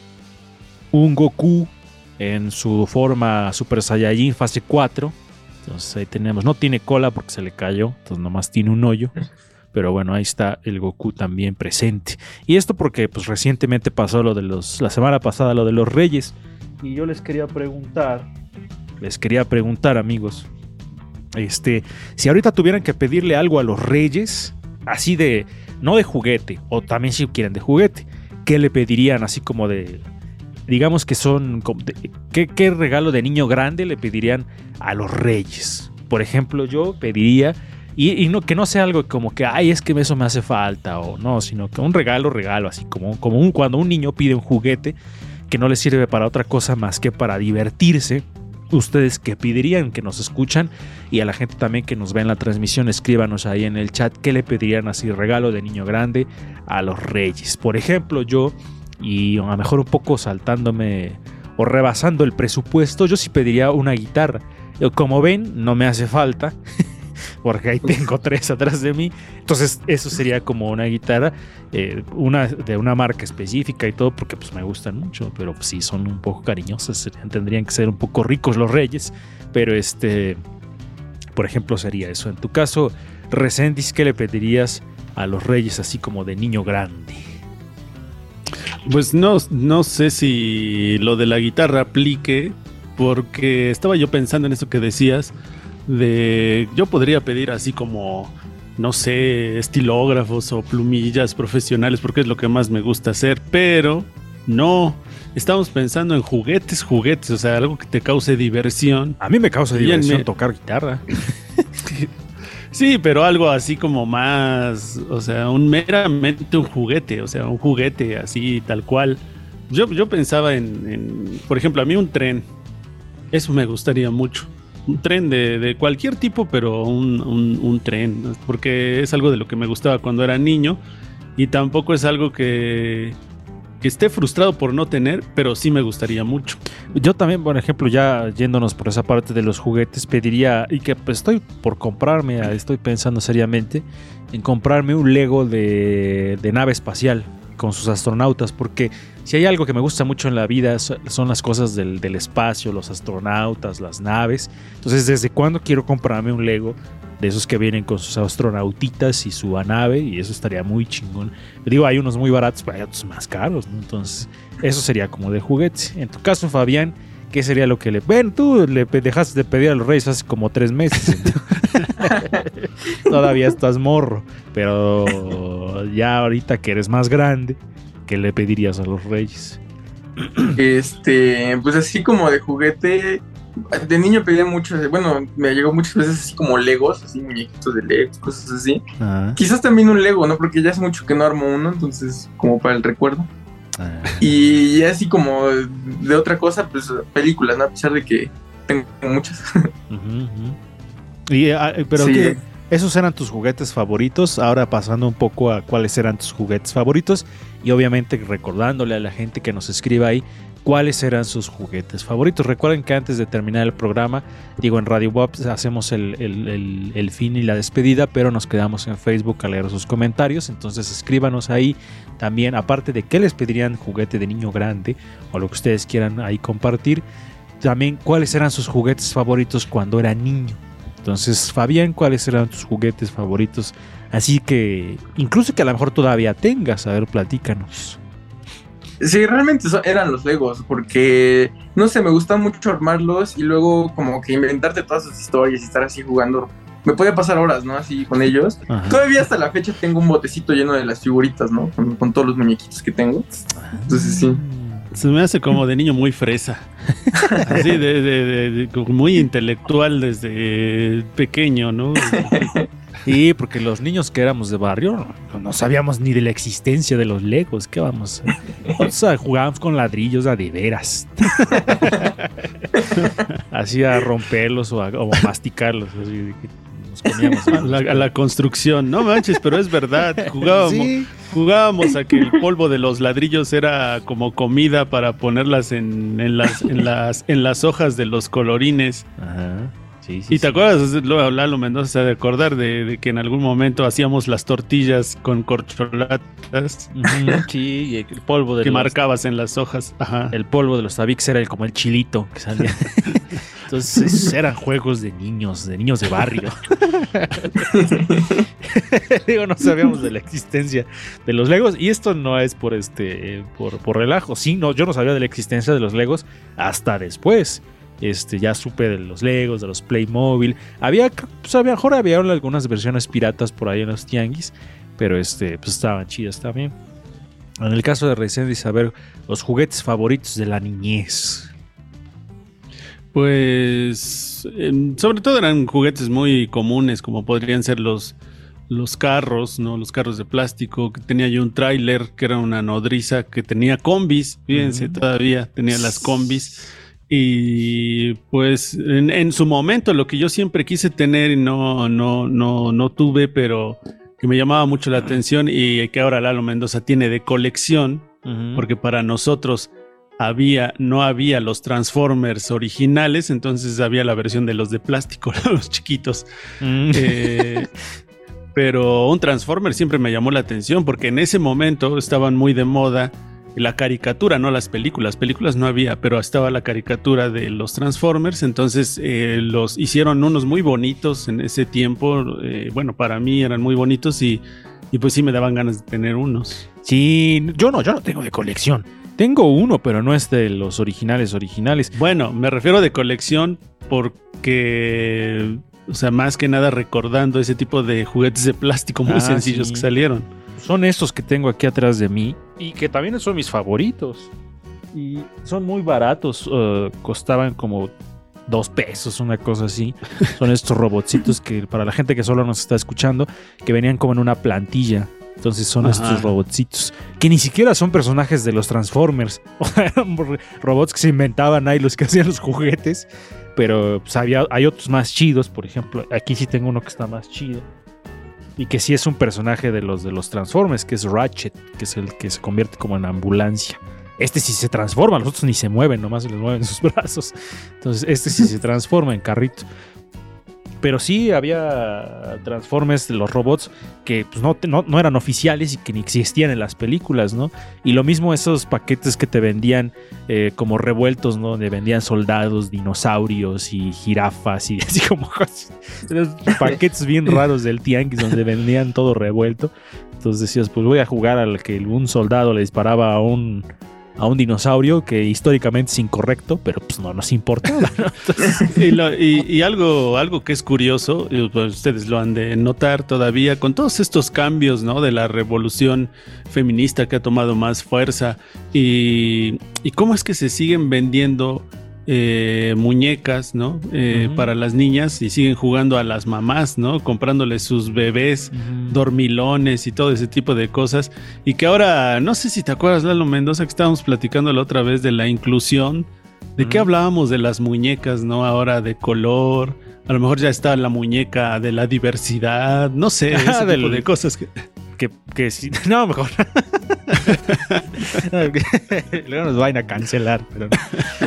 un Goku en su forma Super Saiyajin fase cuatro. Entonces ahí tenemos, no tiene cola porque se le cayó, entonces nomás tiene un hoyo. Pero bueno, ahí está el Goku también presente. Y esto porque pues recientemente pasó lo de los, la semana pasada lo de los Reyes. Y yo les quería preguntar, les quería preguntar amigos, este, si ahorita tuvieran que pedirle algo a los Reyes, así de, no de juguete, o también si quieren de juguete, ¿qué le pedirían así como de... Digamos que son... ¿qué, ¿Qué regalo de niño grande le pedirían a los Reyes? Por ejemplo, yo pediría... Y, y no, que no sea algo como que, ay, es que eso me hace falta. O no, sino que un regalo, regalo. Así como, como un, cuando un niño pide un juguete que no le sirve para otra cosa más que para divertirse. ¿Ustedes qué pedirían? Que nos escuchan. Y a la gente también que nos ve en la transmisión, escríbanos ahí en el chat. ¿Qué le pedirían así regalo de niño grande a los Reyes? Por ejemplo, yo... Y a lo mejor un poco saltándome o rebasando el presupuesto, yo sí pediría una guitarra. Como ven, no me hace falta, porque ahí tengo tres atrás de mí. Entonces eso sería como una guitarra, eh, una de una marca específica y todo, porque pues me gustan mucho, pero pues, sí son un poco cariñosas, tendrían que ser un poco ricos los reyes, pero este, por ejemplo, sería eso. En tu caso, Reséndiz, ¿qué le pedirías a los reyes así como de niño grande? Pues no, no sé si lo de la guitarra aplique, porque estaba yo pensando en eso que decías, de yo podría pedir así como, no sé, estilógrafos o plumillas profesionales, porque es lo que más me gusta hacer, pero no, estamos pensando en juguetes, juguetes, o sea, algo que te cause diversión. A mí me causa Y diversión me- tocar guitarra. Sí, pero algo así como más, o sea, un meramente un juguete, o sea, un juguete así tal cual. Yo, yo pensaba en, en, por ejemplo, a mí un tren, eso me gustaría mucho. Un tren de, de cualquier tipo, pero un, un, un tren, ¿no? Porque es algo de lo que me gustaba cuando era niño y tampoco es algo que, que esté frustrado por no tener, pero sí me gustaría mucho. Yo también, por ejemplo, ya yéndonos por esa parte de los juguetes, pediría, y que pues, estoy por comprarme, estoy pensando seriamente en comprarme un Lego de, de nave espacial con sus astronautas, porque si hay algo que me gusta mucho en la vida so- son las cosas del, del espacio, los astronautas, las naves. Entonces, ¿desde cuándo quiero comprarme un Lego de esos que vienen con sus astronautitas y su nave? Y eso estaría muy chingón. Digo, hay unos muy baratos, pero hay otros más caros, ¿no? Entonces, eso sería como de juguetes. En tu caso, Fabián, ¿qué sería lo que le... Bueno, tú le pe- dejaste de pedir a los reyes hace como tres meses. Todavía estás morro. Pero ya ahorita que eres más grande, ¿qué le pedirías a los reyes? Este, pues así como de juguete, de niño pedía mucho, bueno, me llegó muchas veces así como Legos, así muñequitos de Legos, cosas así. Ah, Quizás también un Lego, ¿no? Porque ya hace mucho que no armo uno, entonces como para el recuerdo. ah. Y ya así como de otra cosa, pues películas, ¿no? A pesar de que tengo muchas. Ujú, ujú. Y, ah, pero Sí. ¿qué? Esos eran tus juguetes favoritos. Ahora pasando un poco a cuáles eran tus juguetes favoritos. Y obviamente recordándole a la gente que nos escriba ahí cuáles eran sus juguetes favoritos. Recuerden que antes de terminar el programa, digo, en Radio Bob hacemos el, el, el, el fin y la despedida, pero nos quedamos en Facebook a leer sus comentarios. Entonces escríbanos ahí también, aparte de qué les pedirían juguete de niño grande o lo que ustedes quieran ahí compartir, también cuáles eran sus juguetes favoritos cuando era niño. Entonces, Fabián, ¿cuáles eran tus juguetes favoritos? Así que, incluso que a lo mejor todavía tengas, a ver, platícanos. Sí, realmente so- eran los Legos, porque, no sé, me gusta mucho armarlos y luego como que inventarte todas sus historias y estar así jugando. Me puede pasar horas, ¿no? Así con ellos. Ajá. Todavía hasta la fecha tengo un botecito lleno de las figuritas, ¿no? Con, con todos los muñequitos que tengo. Entonces sí. Se me hace como de niño muy fresa. Así de, de, de- de- como muy intelectual desde pequeño, ¿no? Sí, porque los niños que éramos de barrio no, no sabíamos ni de la existencia de los Legos. ¿Qué vamos a hacer? O sea, jugábamos con ladrillos a de veras. Así a romperlos o a, o a masticarlos. Así de que nos comíamos. A la, a la construcción. No manches, pero es verdad. Jugábamos, Sí. jugábamos a que el polvo de los ladrillos era como comida para ponerlas en, en, las, en, las, en las hojas de los colorines. Ajá. Sí, sí, ¿Y te sí. acuerdas, luego Lalo Mendoza se ha de acordar de, de que en algún momento hacíamos las tortillas con corcholatas Ujú, sí, y el polvo de que los- marcabas en las hojas? Ajá. El polvo de los Tabix era el, como el chilito que salía. Entonces eran juegos de niños, de niños de barrio. Digo, no sabíamos de la existencia de los Legos. Y esto no es por este, por, por relajo. Sí, no, yo no sabía de la existencia de los Legos hasta después. Este, ya supe de los Legos, de los Playmobil. Había, pues a lo mejor había algunas versiones piratas por ahí en los tianguis. Pero este, pues estaban chidas también. En el caso de Reséndiz, a ver, los juguetes favoritos de la niñez. Pues em, sobre todo eran juguetes muy comunes, como podrían ser los, los carros, ¿no? Los carros de plástico. Que tenía yo un tráiler que era una nodriza que tenía combis, fíjense, Ujú. todavía tenía las combis. Y pues en, en su momento lo que yo siempre quise tener y no, no, no, no tuve, pero que me llamaba mucho la atención y que ahora Lalo Mendoza tiene de colección, Ujú. porque para nosotros había, no había los Transformers originales, entonces había la versión de los de plástico, los chiquitos. Mm. Eh, pero un Transformer siempre me llamó la atención porque en ese momento estaban muy de moda la caricatura, no las películas. Películas no había, pero estaba la caricatura de los Transformers, entonces eh, los hicieron unos muy bonitos en ese tiempo. Eh, bueno, para mí eran muy bonitos y, y pues sí me daban ganas de tener unos. Sí, yo no, yo no tengo de colección. Tengo uno, pero no es de los originales originales. Bueno, me refiero de colección porque, o sea, más que nada recordando ese tipo de juguetes de plástico muy ah, sencillos sí. que salieron. Son estos que tengo aquí atrás de mí y que también son mis favoritos. Y son muy baratos, uh, costaban como dos pesos, una cosa así. Son estos robotcitos que para la gente que solo nos está escuchando, que venían como en una plantilla. Entonces son Ajá. estos robotcitos que ni siquiera son personajes de los Transformers. Eran robots que se inventaban ahí los que hacían los juguetes. Pero pues, había, hay otros más chidos. Por ejemplo, aquí sí tengo uno que está más chido. Y que sí es un personaje de los de los Transformers, que es Ratchet, que es el que se convierte como en ambulancia. Este sí se transforma, los otros ni se mueven, nomás se les mueven sus brazos. Entonces este sí se transforma en carrito. Pero sí había Transformers, los robots, que pues, no, no, no eran oficiales y que ni existían en las películas, ¿no? Y lo mismo esos paquetes que te vendían eh, como revueltos, ¿no? Donde vendían soldados, dinosaurios y jirafas y así como cosas. Paquetes bien raros del tianguis donde vendían todo revuelto. Entonces decías, pues voy a jugar al que un soldado le disparaba a un... a un dinosaurio que históricamente es incorrecto, pero pues no nos importaba, ¿no? Entonces... y, lo, y, y algo, algo que es curioso, y pues ustedes lo han de notar todavía, con todos estos cambios, ¿no? De la revolución feminista que ha tomado más fuerza y, y cómo es que se siguen vendiendo eh, muñecas, ¿no? Eh, uh-huh. Para las niñas y siguen jugando a las mamás, ¿no? Comprándoles sus bebés, uh-huh. dormilones y todo ese tipo de cosas. Y que ahora, no sé si te acuerdas, Lalo Mendoza, que estábamos platicando la otra vez de la inclusión. ¿De uh-huh. qué hablábamos de las muñecas, no? Ahora de color. A lo mejor ya está la muñeca de la diversidad. No sé, ese tipo del... de cosas que... Que, que sí. No, mejor. Luego nos van a cancelar, pero no.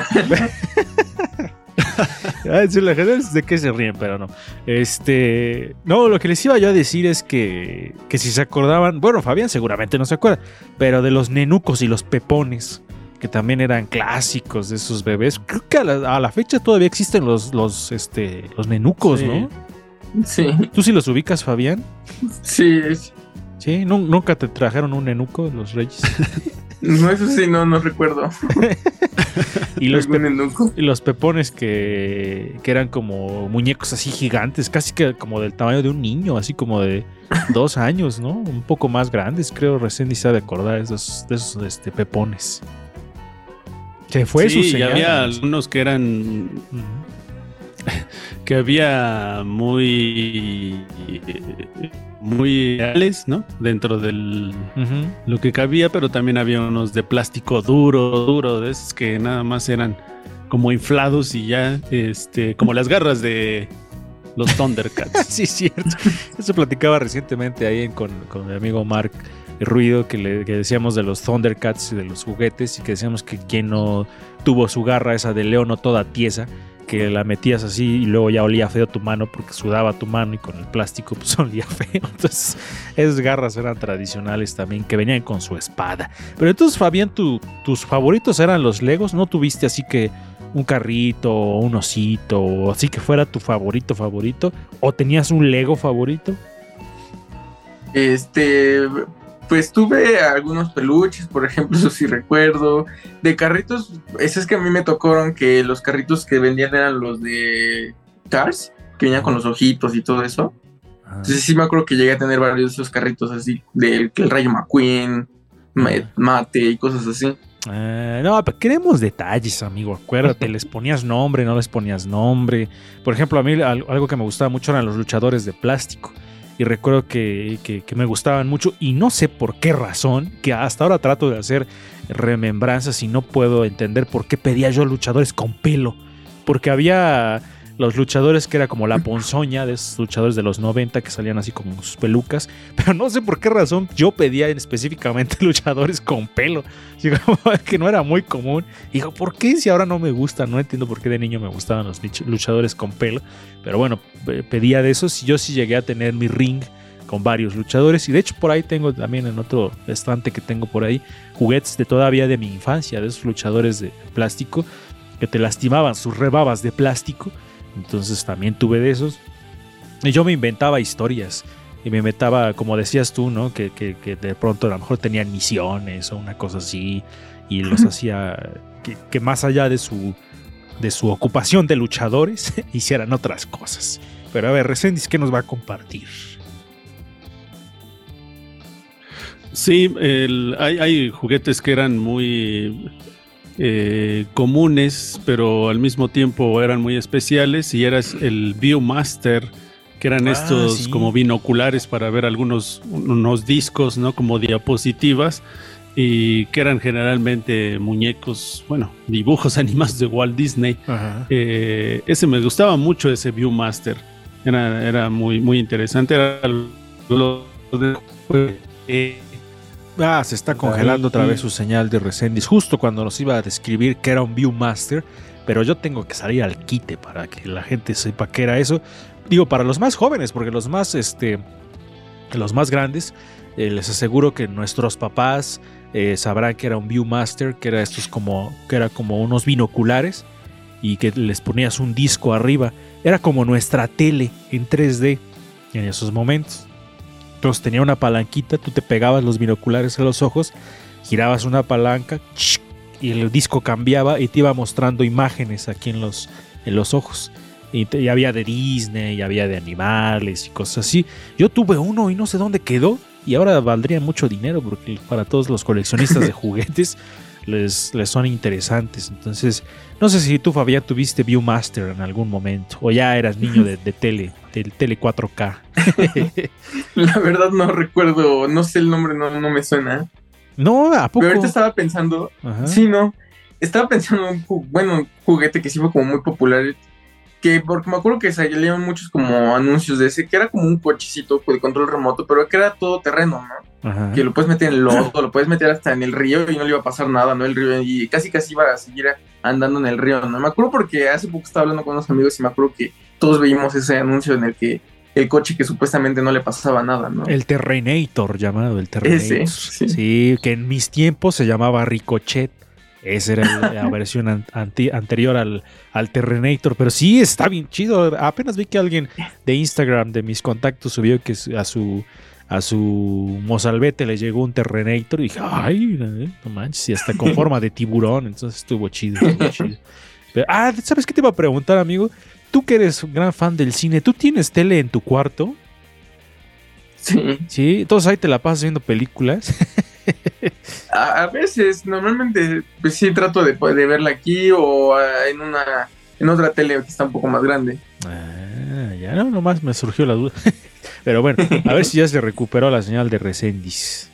A decir la gente de qué se ríen, pero no. Este. No, lo que les iba yo a decir es que, que si se acordaban. Bueno, Fabián seguramente no se acuerda, pero de los nenucos y los pepones, que también eran clásicos de esos bebés. Creo que a la, a la fecha todavía existen los, los, este, los nenucos, sí. ¿no? Sí. ¿Tú sí los ubicas, Fabián? Sí. ¿Sí? ¿Nunca te trajeron un nenuco los Reyes? No, eso sí, no, no recuerdo. y, los pe- y los pepones que, que eran como muñecos así gigantes, casi que como del tamaño de un niño, así como de dos años, ¿no? Un poco más grandes, creo, recién ni se ha de acordar de esos, de esos este, pepones. Se fue sí, su señal. Y había algunos que eran... Uh-huh. que había muy... muy reales, ¿no? Dentro del uh-huh. lo que cabía, pero también había unos de plástico duro, duro, de esos que nada más eran como inflados y ya, este, como las garras de los Thundercats. Sí, cierto. Eso platicaba recientemente ahí con, con mi amigo Mark Ruido, que le que decíamos de los Thundercats y de los juguetes, y que decíamos que quien no tuvo su garra esa de león o toda tiesa, que la metías así y luego ya olía feo tu mano porque sudaba tu mano y con el plástico pues olía feo. Entonces esas garras eran tradicionales también, que venían con su espada. Pero entonces, Fabián, ¿tu, tus favoritos eran los Legos? ¿No tuviste así que un carrito o un osito o así que fuera tu favorito favorito? ¿O tenías un Lego favorito? Este... Pues tuve algunos peluches, por ejemplo, eso sí recuerdo. De carritos, es, es que a mí me tocaron que los carritos que vendían eran los de Cars, que venían con los ojitos y todo eso. Ah. Entonces sí me acuerdo que llegué a tener varios de esos carritos así, del el Rayo McQueen, ah. Mate y cosas así. Uh, no, pero queremos detalles, amigo. Acuérdate, les ponías nombre, no les ponías nombre. Por ejemplo, a mí algo que me gustaba mucho eran los luchadores de plástico. Y recuerdo que, que, que me gustaban mucho, y no sé por qué razón, que hasta ahora trato de hacer remembranzas y no puedo entender por qué pedía yo luchadores con pelo. Porque había los luchadores que era como la ponzoña de esos luchadores de los noventa que salían así como sus pelucas, pero no sé por qué razón yo pedía específicamente luchadores con pelo, digo, que no era muy común. Digo, ¿por qué si ahora no me gustan? No entiendo por qué de niño me gustaban los luchadores con pelo, pero bueno, pedía de esos y yo sí llegué a tener mi ring con varios luchadores, y de hecho por ahí tengo también en otro estante que tengo por ahí juguetes de todavía de mi infancia, de esos luchadores de plástico que te lastimaban, sus rebabas de plástico. Entonces también tuve de esos. Y yo me inventaba historias. Y me inventaba, como decías tú, ¿no? Que, que, que de pronto a lo mejor tenían misiones o una cosa así. Y los hacía que, que más allá de su, de su ocupación de luchadores, hicieran otras cosas. Pero a ver, Reséndiz, ¿qué nos va a compartir? Sí, el, hay, hay juguetes que eran muy... Eh, comunes, pero al mismo tiempo eran muy especiales, y era el Viewmaster, que eran ah, estos sí. como binoculares para ver algunos unos discos, ¿no? Como diapositivas, y que eran generalmente muñecos, bueno, dibujos animados de Walt Disney. Eh, ese me gustaba mucho, ese Viewmaster, era, era muy, muy interesante. Era lo de, eh, Ah, se está congelando otra vez su señal de Reséndiz, justo cuando nos iba a describir que era un Viewmaster, pero yo tengo que salir al quite para que la gente sepa qué era eso. Digo, para los más jóvenes, porque los más, este, los más grandes, eh, les aseguro que nuestros papás eh, sabrán que era un Viewmaster, que era estos como, que era como unos binoculares y que les ponías un disco arriba. Era como nuestra tele en tres D en esos momentos. Entonces tenía una palanquita, tú te pegabas los binoculares a los ojos, girabas una palanca y el disco cambiaba y te iba mostrando imágenes aquí en los, en los ojos. Y, te, y había de Disney, y había de animales y cosas así. Yo tuve uno y no sé dónde quedó, y ahora valdría mucho dinero porque para todos los coleccionistas de juguetes les, les son interesantes. Entonces, no sé si tú, Fabián, tuviste Viewmaster en algún momento, o ya eras niño de, de tele, del tele cuatro K. La verdad no recuerdo, no sé el nombre, no, no me suena. No, ¿a poco? Pero ahorita estaba pensando, Ajá. sí, no, estaba pensando en un, bueno, un juguete que sí fue como muy popular, que porque me acuerdo que salían muchos como anuncios de ese, que era como un cochecito de control remoto, pero que era todo terreno, ¿no? Ajá. Que lo puedes meter en el lodo, lo puedes meter hasta en el río y no le iba a pasar nada, ¿no? El río, y casi casi iba a seguir andando en el río, ¿no? Me acuerdo porque hace poco estaba hablando con unos amigos y me acuerdo que todos veíamos ese anuncio en el que el coche que supuestamente no le pasaba nada, ¿no? El Terrenator, llamado el Terrenator. Ese, sí. sí, que en mis tiempos se llamaba Ricochet. Esa era la versión an- anti- anterior al, al Terrenator. Pero sí, está bien chido. Apenas vi que alguien de Instagram, de mis contactos, subió que a su a su mozalbete le llegó un Terrenator. Y dije, ay, no manches, y hasta con forma de tiburón. Entonces estuvo chido, estuvo chido. Pero, ah, ¿sabes qué te iba a preguntar, amigo? Tú que eres un gran fan del cine, ¿tú tienes tele en tu cuarto? Sí. Sí, entonces ahí te la pasas viendo películas. A, a veces, normalmente, pues sí trato de, de verla aquí o uh, en una en otra tele que está un poco más grande. Ah, ya no, nomás me surgió la duda. Pero bueno, a ver si ya se recuperó la señal de Reséndiz.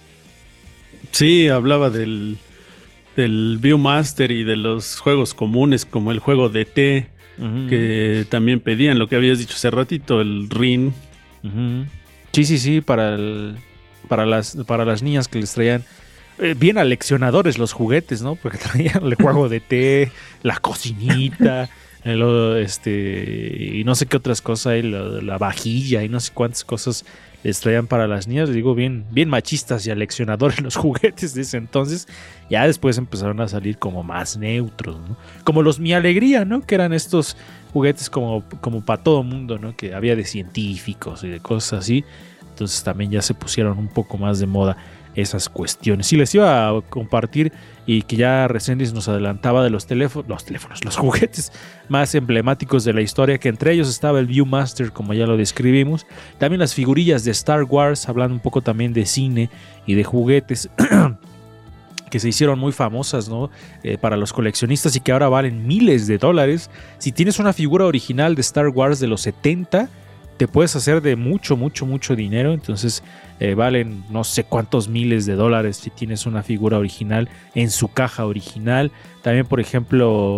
Sí, hablaba del, del Viewmaster y de los juegos comunes como el juego de té, uh-huh. que también pedían, lo que habías dicho hace ratito, el ring. Uh-huh. Sí, sí, sí, para el... Para las, para las niñas que les traían eh, bien aleccionadores los juguetes, ¿no? Porque traían el juego de té, la cocinita, el, este, y no sé qué otras cosas, la, la vajilla y no sé cuántas cosas les traían para las niñas. Les digo, bien, bien machistas y aleccionadores los juguetes de ese entonces. Ya después empezaron a salir como más neutros, ¿no? Como los Mi Alegría, ¿no? Que eran estos juguetes como, como para todo mundo, ¿no? Que había de científicos y de cosas así. Entonces también ya se pusieron un poco más de moda esas cuestiones. Y les iba a compartir, y que ya Reséndiz nos adelantaba de los teléfonos, los teléfonos, los juguetes más emblemáticos de la historia, que entre ellos estaba el Viewmaster, como ya lo describimos. También las figurillas de Star Wars, hablando un poco también de cine y de juguetes, que se hicieron muy famosas, ¿no? Eh, para los coleccionistas y que ahora valen miles de dólares. Si tienes una figura original de Star Wars de los setenta, te puedes hacer de mucho, mucho, mucho dinero. Entonces eh, valen no sé cuántos miles de dólares si tienes una figura original en su caja original. También, por ejemplo,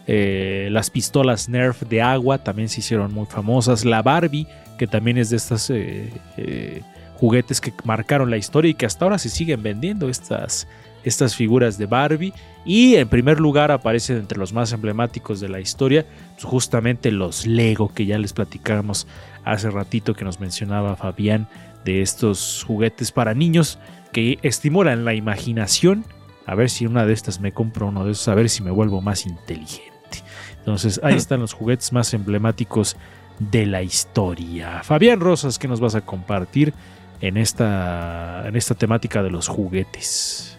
Eh, las pistolas Nerf de agua también se hicieron muy famosas. La Barbie, que también es de estas eh, eh, juguetes que marcaron la historia y que hasta ahora se siguen vendiendo estas, estas figuras de Barbie. Y en primer lugar aparecen entre los más emblemáticos de la historia, pues justamente los Lego, que ya les platicamos hace ratito, que nos mencionaba Fabián, de estos juguetes para niños que estimulan la imaginación. A ver si una de estas me compro uno de esos, a ver si me vuelvo más inteligente. Entonces ahí están los juguetes más emblemáticos de la historia. Fabián Rosas, ¿qué nos vas a compartir en esta, en esta temática de los juguetes?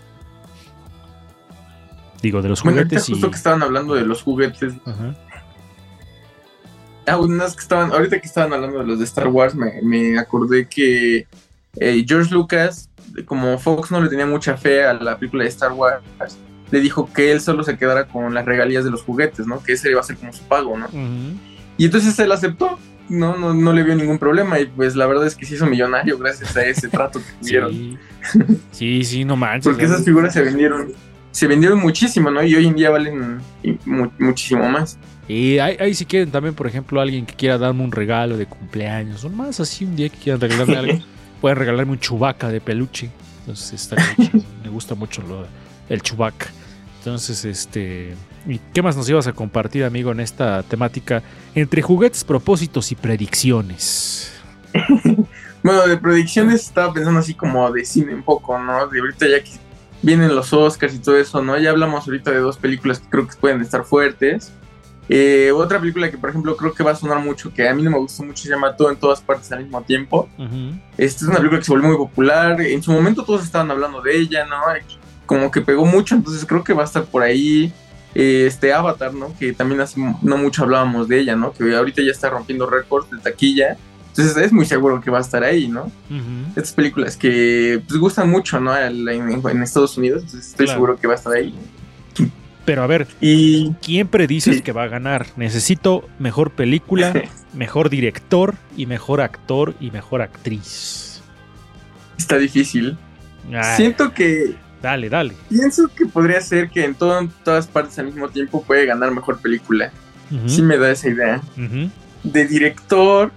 Digo, de los Bueno, juguetes ahorita justo y... que estaban hablando de los juguetes. Ajá. Ah, unas que estaban, ahorita que estaban hablando de los de Star Wars, me, me acordé que eh, George Lucas, como Fox no le tenía mucha fe a la película de Star Wars, le dijo que él solo se quedara con las regalías de los juguetes, ¿no? Que ese iba a ser como su pago, ¿no? Uh-huh. Y entonces él aceptó, no, no, no le vio ningún problema, y pues la verdad es que se hizo millonario gracias a ese trato que tuvieron. Sí, sí, sí, no manches. Porque esas figuras se vendieron, se vendieron muchísimo, ¿no? Y hoy en día valen mu- muchísimo más. Y ahí, ahí si quieren también, por ejemplo, alguien que quiera darme un regalo de cumpleaños, o más así un día que quieran regalarme algo, pueden regalarme un Chewbacca de peluche. Entonces está chido. Me gusta mucho lo, el Chewbacca. Entonces, este... ¿y qué más nos ibas a compartir, amigo, en esta temática entre juguetes, propósitos y predicciones? Bueno, de predicciones estaba pensando así como de cine un poco, ¿no? De ahorita ya que vienen los Oscars y todo eso, ¿no? Ya hablamos ahorita de dos películas que creo que pueden estar fuertes. Eh, otra película que, por ejemplo, creo que va a sonar mucho, que a mí no me gustó mucho, se llama Todo en todas partes al mismo tiempo. Uh-huh. Esta es una película que se volvió muy popular. En su momento todos estaban hablando de ella, ¿no? Como que pegó mucho, entonces creo que va a estar por ahí. Eh, este Avatar, ¿no? Que también hace no mucho hablábamos de ella, ¿no? Que ahorita ya está rompiendo récords de taquilla. Entonces es muy seguro que va a estar ahí, ¿no? Uh-huh. Estas películas que pues gustan mucho, ¿no? En, en, en Estados Unidos, entonces estoy Claro. seguro que va a estar ahí. Pero a ver, Y ¿quién predices Sí. que va a ganar? Necesito mejor película, mejor director y mejor actor y mejor actriz. está difícil. Ay, Siento que dale, dale. Pienso que podría ser que en, todo, en todas partes al mismo tiempo puede ganar mejor película. Uh-huh. Sí me da esa idea. Uh-huh. De director,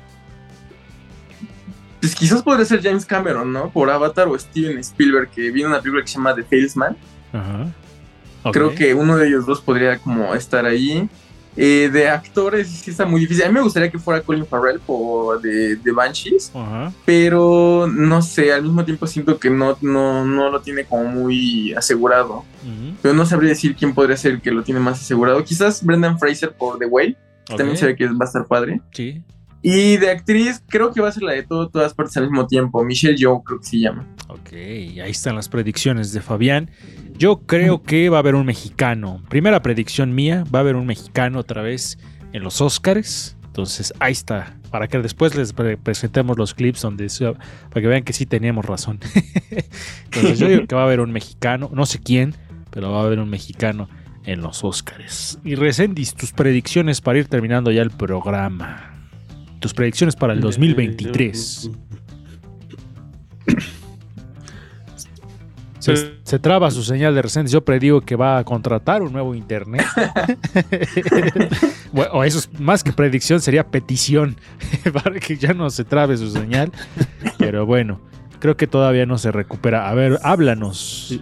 pues quizás podría ser James Cameron, ¿no? Por Avatar, o Steven Spielberg, que viene una película que se llama The Salesman. Ajá. Ok. Creo que uno de ellos dos podría como estar ahí. Eh, de actores sí está muy difícil. A mí me gustaría que fuera Colin Farrell por de, de Banshees, Ajá. pero no sé, al mismo tiempo siento que no, no, no lo tiene como muy asegurado. Uh-huh. Pero no sabría decir quién podría ser el que lo tiene más asegurado. Quizás Brendan Fraser por The Whale, que Ok. también se ve que va a estar padre. Sí. Y de actriz, creo que va a ser la de todo, todas partes al mismo tiempo. Michelle Yeoh, creo que se llama. Ok, ahí están las predicciones de Fabián. Yo creo que va a haber un mexicano. Primera predicción mía, va a haber un mexicano otra vez en los Oscars. Entonces, ahí está. Para que después les pre- presentemos los clips donde para que vean que sí teníamos razón. Entonces, yo digo que va a haber un mexicano, no sé quién, pero va a haber un mexicano en los Oscars. Y Recendis, tus predicciones para ir terminando ya el programa. Tus predicciones para el dos mil veintitrés. Se, se traba su señal de Recendis. Yo predigo que va a contratar un nuevo internet. Bueno, o eso es más que predicción, sería petición para que ya no se trabe su señal. Pero bueno, creo que todavía no se recupera. A ver, háblanos.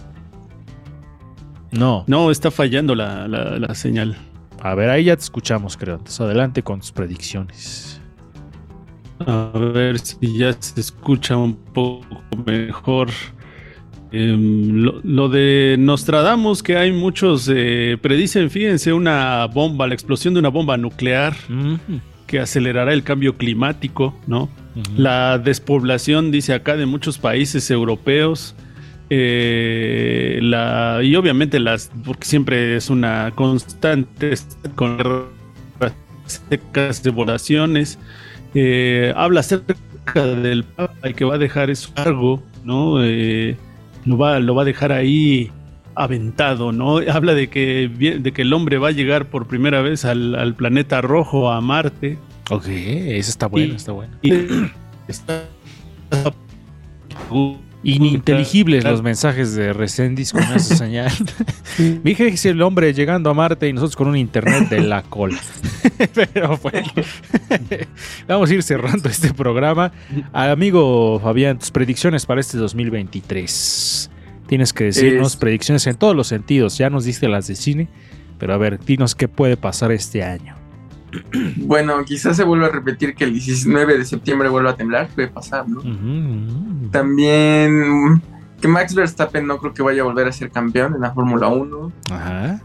No. No, está fallando la, la, la señal. A ver, ahí ya te escuchamos, creo. Entonces, adelante con tus predicciones. A ver si ya se escucha un poco mejor. Eh, lo, lo de Nostradamus, que hay muchos eh, predicen, fíjense, una bomba, la explosión de una bomba nuclear Mm-hmm. que acelerará el cambio climático, ¿no? Uh-huh. La despoblación, dice acá, de muchos países europeos. Eh, la, y obviamente las, porque siempre es una constante con secas devoraciones. Eh, habla acerca del Papa y que va a dejar eso cargo, ¿no? Eh, lo va, lo va a dejar ahí aventado, ¿no? Habla de que, de que el hombre va a llegar por primera vez al, al planeta rojo, a Marte. Ok, eso está bueno, Y- está bueno. Y está Ininteligibles Claro. los mensajes de Reséndiz con esa señal. Mi hija es el hombre llegando a Marte y nosotros con un internet de la cola. Pero bueno, vamos a ir cerrando este programa. Amigo Fabián, tus predicciones para este dos mil veintitrés. Tienes que decirnos Es- predicciones en todos los sentidos. Ya nos diste las de cine, pero a ver, dinos qué puede pasar este año. Bueno, quizás se vuelva a repetir que el diecinueve de septiembre vuelva a temblar, puede pasar, ¿no? Ujú, ujú. También que Max Verstappen no creo que vaya a volver a ser campeón en la Fórmula uno. Ajá.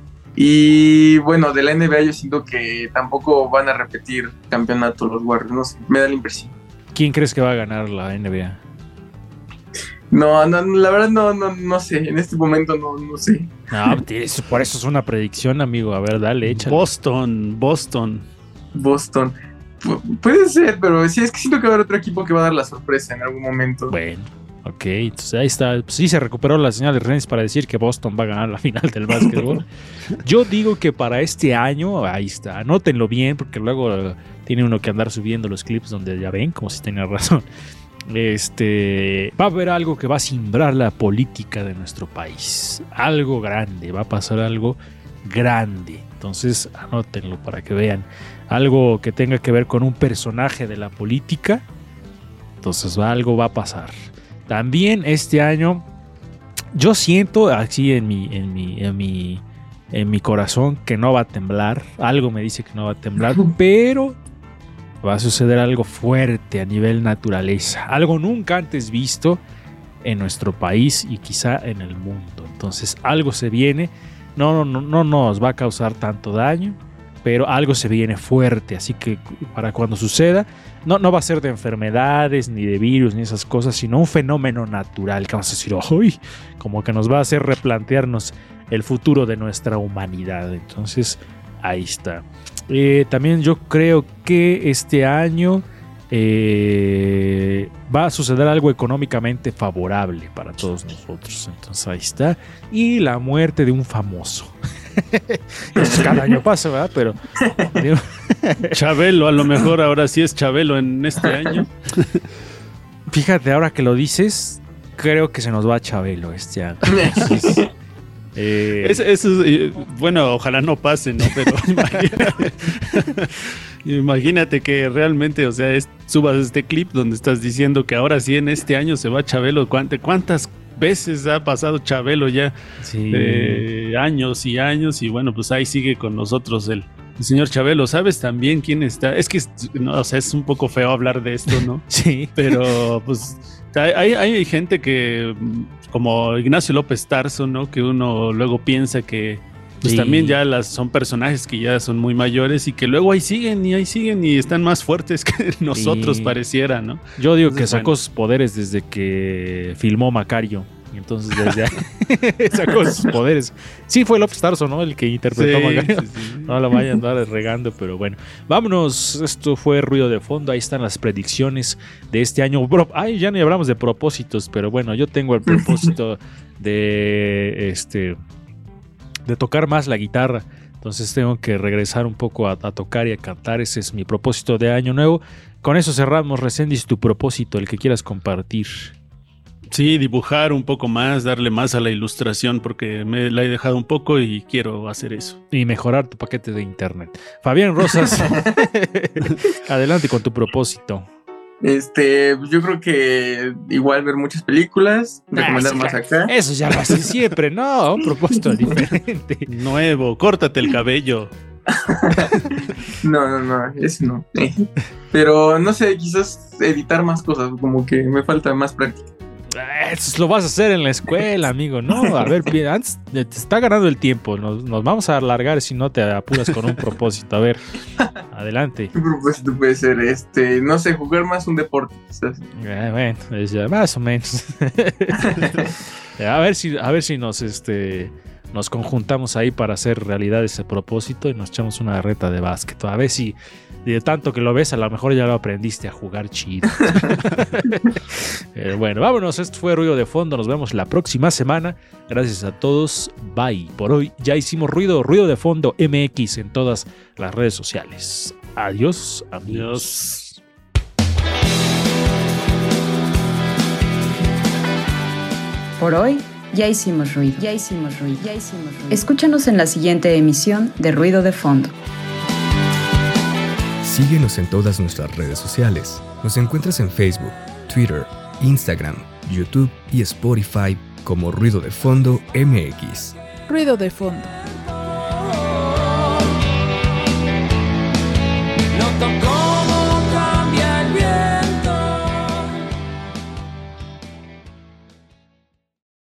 Y bueno, de la N B A yo siento que tampoco van a repetir campeonato los Warriors, no sé, me da la impresión. ¿Quién crees que va a ganar la N B A? No, no, la verdad no, no, no sé, en este momento no, no sé. No, tienes- por eso es una predicción, amigo. A ver, dale, échale. Boston, Boston. Boston. Pu- puede ser, pero sí, es que siento que va a haber otro equipo que va a dar la sorpresa en algún momento. Bueno, ok, entonces ahí está. Pues sí se recuperó la señal de Rennes para decir que Boston va a ganar la final del básquetbol. Yo digo que para este año, ahí está, anótenlo bien, porque luego eh, tiene uno que andar subiendo los clips donde ya ven, como si tenía razón. Este va a haber algo que va a simbrar la política de nuestro país. Algo grande, va a pasar algo grande. Entonces, anótenlo para que vean. Algo que tenga que ver con un personaje de la política. Entonces, va- algo va a pasar. También este año, yo siento así en mi, en mi, en mi, en mi corazón que no va a temblar. Algo me dice que no va a temblar, pero va a suceder algo fuerte a nivel naturaleza. Algo nunca antes visto en nuestro país y quizá en el mundo. Entonces, algo se viene. No, no, no, no nos va a causar tanto daño, pero algo se viene fuerte. Así que para cuando suceda, no, no va a ser de enfermedades, ni de virus, ni esas cosas, sino un fenómeno natural que vamos a decir, ¡ay! Como que nos va a hacer replantearnos el futuro de nuestra humanidad. Entonces, ahí está. Eh, también yo creo que este año eh, va a suceder algo económicamente favorable para todos nosotros. Entonces ahí está. Y la muerte de un famoso. Eso cada año pasa, ¿verdad? Pero Chabelo, a lo mejor ahora sí es Chabelo en este año. fíjate, ahora que lo dices, creo que se nos va Chabelo este año. Entonces, eh, Es- eso es, eh, bueno, ojalá no pase, ¿no? Pero imagínate, imagínate que realmente, o sea, es- subas este clip donde estás diciendo que ahora sí en este año se va Chabelo. ¿Cuántas, cuántas veces ha pasado Chabelo ya? sí. De años y años, y bueno, pues ahí sigue con nosotros el, el señor Chabelo. ¿Sabes también quién está? Es que, no, o sea, es un poco feo hablar de esto, ¿no? Sí. Pero pues hay, hay gente que, como Ignacio López Tarso, ¿no? Que uno luego piensa que pues Sí. también ya las son personajes que ya son muy mayores y que luego ahí siguen y ahí siguen y están más fuertes que nosotros, Sí. pareciera, ¿no? Yo digo que Entonces, sacó bueno. sus poderes desde que filmó Macario. Y entonces desde ahí sacó sus poderes. Sí, fue López Tarso, ¿no? El que interpretó a Macario. sí, sí. No la vayan a andar regando, pero bueno. Vámonos. Esto fue Ruido de Fondo. Ahí están las predicciones de este año. Bro, ay, ya ni hablamos de propósitos, pero bueno, yo tengo el propósito de este de tocar más la guitarra. Entonces tengo que regresar un poco a, a tocar y a cantar. Ese es mi propósito de año nuevo. Con eso cerramos, Reséndiz, tu propósito, el que quieras compartir. Sí, dibujar un poco más, darle más a la ilustración porque me la he dejado un poco y quiero hacer eso. Y mejorar tu paquete de internet. Fabián Rosas, adelante con tu propósito. Este, yo creo que igual ver muchas películas, recomendar Ah, más sí, acá. Eso ya lo hace siempre, no, un propósito diferente. Nuevo, córtate el cabello. No, no, no, eso no. Pero no sé, quizás editar más cosas, como que me falta más práctica. Eso lo vas a hacer en la escuela, amigo. No, a ver, pi- antes te está ganando el tiempo. Nos, nos vamos a alargar si no te apuras con un propósito. A ver, adelante. ¿Qué propósito puede ser? Este, no sé, jugar más un deporte, quizás. Eh, bueno, es ya más o menos. a ver si, a ver si nos, este, nos conjuntamos ahí para hacer realidad ese propósito y nos echamos una reta de básquet. A ver si de tanto que lo ves, a lo mejor ya lo aprendiste a jugar chido. Pero bueno, vámonos. Esto fue Ruido de Fondo. Nos vemos la próxima semana. Gracias a todos. Bye. Por hoy ya hicimos ruido, Ruido de Fondo M X en todas las redes sociales. Adiós, amigos. Adiós. Por hoy, ya hicimos ruido, ya hicimos ruido, ya hicimos ruido. Escúchanos en la siguiente emisión de Ruido de Fondo. Síguenos en todas nuestras redes sociales. Nos encuentras en Facebook, Twitter, Instagram, YouTube y Spotify como Ruido de Fondo M X. Ruido de Fondo.